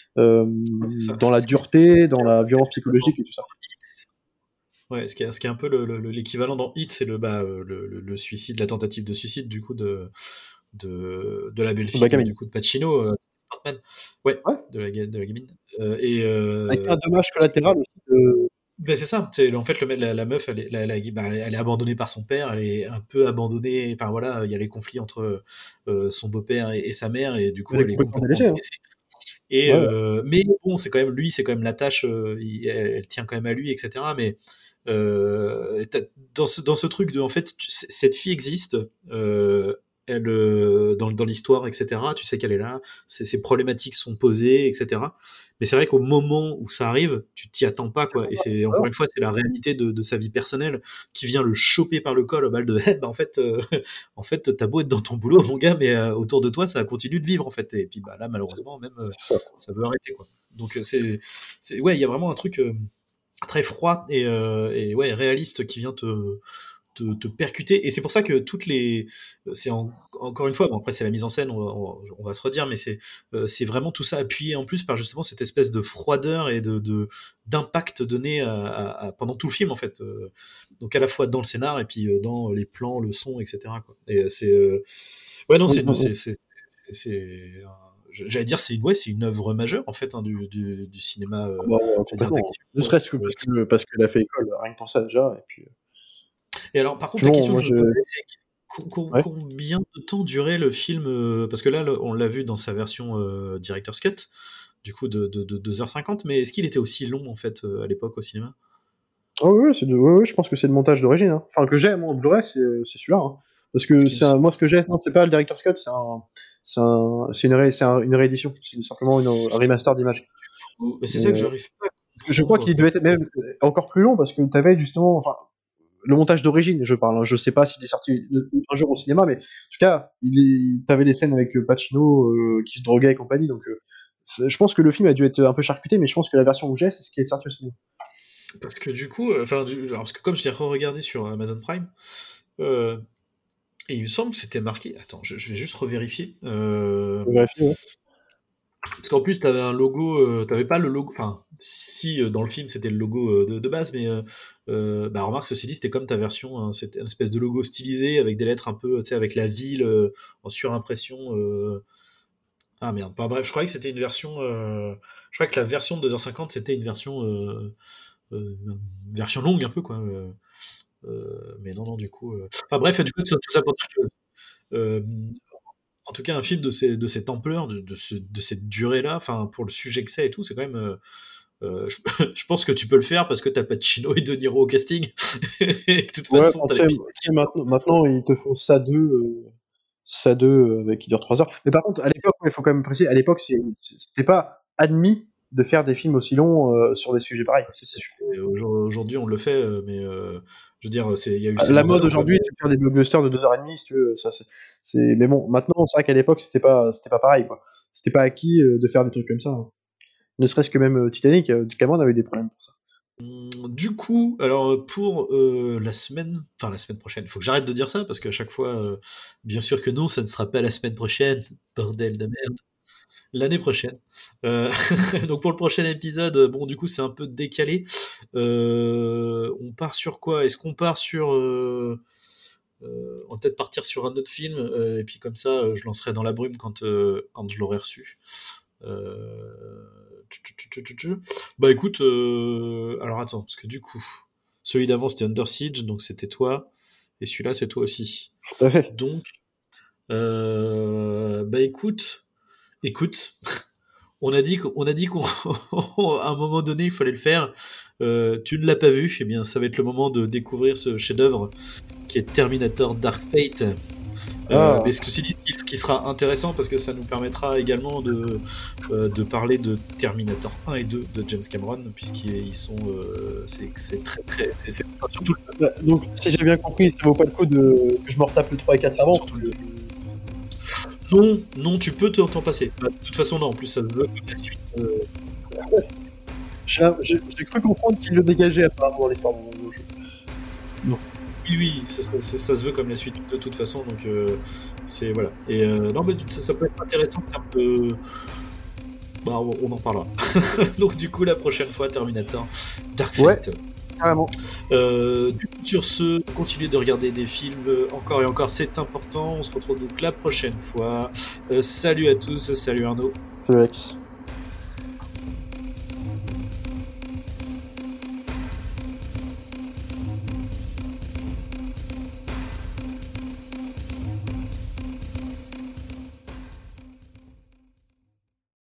Dans la dureté, dans la violence psychologique et tout ça. Ouais, ce qui est un peu l'équivalent dans Hit, c'est le suicide, la tentative de suicide du coup de la belle-fille du coup de Pacino, ouais, de la gamine. Avec un dommage collatéral aussi. Ben c'est ça, en fait la meuf elle est abandonnée par son père, elle est un peu abandonnée, enfin voilà, il y a les conflits entre son beau-père et sa mère, et du coup elle est complètement délaissée. Et Ouais. mais bon, c'est quand même la tâche, elle tient quand même à lui, etc. Mais dans ce truc de, en fait, cette fille existe, elle, dans l'histoire, etc. Tu sais qu'elle est là, ses problématiques sont posées, etc. Mais c'est vrai qu'au moment où ça arrive, tu t'y attends pas, quoi. Et c'est encore une fois, c'est la réalité de sa vie personnelle qui vient le choper par le col au bal de bah, en fait, en fait, t'as beau être dans ton boulot, mon gars, mais autour de toi, ça continue de vivre, en fait. Et puis bah là, malheureusement, même C'est ça. ça veut arrêter, quoi. Donc ouais, il y a vraiment un truc très froid et ouais, réaliste qui vient te percuter. Et c'est pour ça que encore une fois, bon, après c'est la mise en scène, on va se redire, mais c'est vraiment tout ça appuyé en plus par justement cette espèce de froideur et d'impact donné pendant tout le film, en fait. Donc à la fois dans le scénar et puis dans les plans, le son, etc., quoi. Et ouais, non, j'allais dire, c'est une œuvre majeure, en fait, hein, du cinéma, Bah, je veux dire, complètement. d'action. Ne serait-ce que parce qu'elle a fait école, rien que pour ça déjà. Et puis, Et alors, par contre, puis la bon, question moi que je me posais, c'est ouais. combien de temps durait le film, parce que là, on l'a vu dans sa version Director's Cut, du coup, de 2h50, mais est-ce qu'il était aussi long, en fait, à l'époque, au cinéma? Ah oui, ouais, je pense que c'est le montage d'origine. Hein. Enfin, que j'ai, moi, en Blu-ray, c'est celui-là. Hein. Parce Parce que qu'il me semble- moi, ce que j'ai, non, c'est pas le Director's Cut, une réédition. C'est simplement un remaster d'image. c'est Mais, ça que j'arrive pas à je crois comprendre. qu'il devait être même encore plus long parce que t'avais justement, enfin, le montage d'origine, je parle. Hein. Je sais pas s'il est sorti un jour au cinéma, mais en tout cas, t'avais les scènes avec Pacino qui se droguait et compagnie. Donc, je pense que le film a dû être un peu charcuté, mais je pense que la version que j'ai, c'est ce qui est sorti au cinéma. Parce que du coup, alors, parce que comme je l'ai re-regardé sur Amazon Prime, euh, et il me semble que c'était marqué. Attends, je vais juste revérifier. Faut vérifier, ouais. Parce qu'en plus, t'avais un logo, t'avais pas le logo. Enfin, si dans le film c'était le logo de base, mais bah remarque, ceci dit, c'était comme ta version, hein, c'était une espèce de logo stylisé avec des lettres un peu, tu sais, avec la ville en surimpression. Ah merde, pas bref, je croyais que c'était une version. Je croyais que la version de 2h50 c'était une version longue un peu, quoi. Mais non, non, du coup. Enfin bref, du coup, tout ça pour dire que. En tout cas, un film de cette ampleur, de cette durée-là, enfin, pour le sujet que c'est et tout, c'est quand même. Je, je pense que tu peux le faire parce que t'as Pacino et De Niro au casting. Et de toute Ouais, façon, enfin, t'as la tu sais, maintenant, ils te font ça 2 qui dure 3 heures. Mais par contre, à l'époque, il faut quand même préciser, à l'époque, c'était pas admis de faire des films aussi longs sur des sujets pareils. Ça, c'est sûr. et aujourd'hui, on le fait, mais je veux dire, il y a eu le La Seigneur des mode Anneaux, quoi. aujourd'hui, c'est de faire des blockbusters de 2h30, si tu veux. Ça, mais bon, maintenant, c'est vrai qu'à l'époque, c'était pas pareil, quoi. C'était pas acquis de faire des trucs comme ça. Hein. Ne serait-ce que même Titanic, Cameron avait des problèmes pour ça. Du coup, alors pour la semaine prochaine, il faut que j'arrête de dire ça parce qu'à chaque fois, bien sûr que non, ça ne sera pas la semaine prochaine, bordel de merde. L'année prochaine. Euh, donc pour le prochain épisode, bon du coup c'est un peu décalé. On part sur quoi? Est-ce qu'on part sur... on va peut-être partir sur un autre film, et puis comme ça je lancerai dans la brume quand je l'aurai reçu. Euh, Bah écoute, alors attends, parce que du coup, celui d'avant c'était Under Siege, donc c'était toi, et celui-là c'est toi aussi. Tout à fait. Donc, bah écoute, on a dit qu'à un moment donné il fallait le faire. Tu ne l'as pas vu, eh bien ça va être le moment de découvrir ce chef-d'œuvre qui est Terminator Dark Fate. Ah, Mais ceci dit, ce qui sera intéressant parce que ça nous permettra également de parler de Terminator 1 et 2 de James Cameron, puisqu'ils sont. C'est très très. Surtout, bah, donc, si j'ai bien compris, ça vaut pas le coup que je me retape le 3 et 4 avant. surtout le. Non, non, tu peux t'en passer. Bah, de toute façon, non, en plus, ça veut que la suite. J'ai cru comprendre qu'il le dégageait apparemment dans l'histoire du jeu. Non. Oui, oui, ça se veut comme la suite de toute façon, donc c'est. Voilà. Et non, mais ça peut être intéressant en termes de. Bah, on en parlera. Donc, du coup, la prochaine fois, Terminator Dark Fate. Ouais. Carrément. Du coup, sur ce, continuez de regarder des films encore et encore, c'est important. On se retrouve donc la prochaine fois. Salut à tous, salut Arnaud. C'est Alex.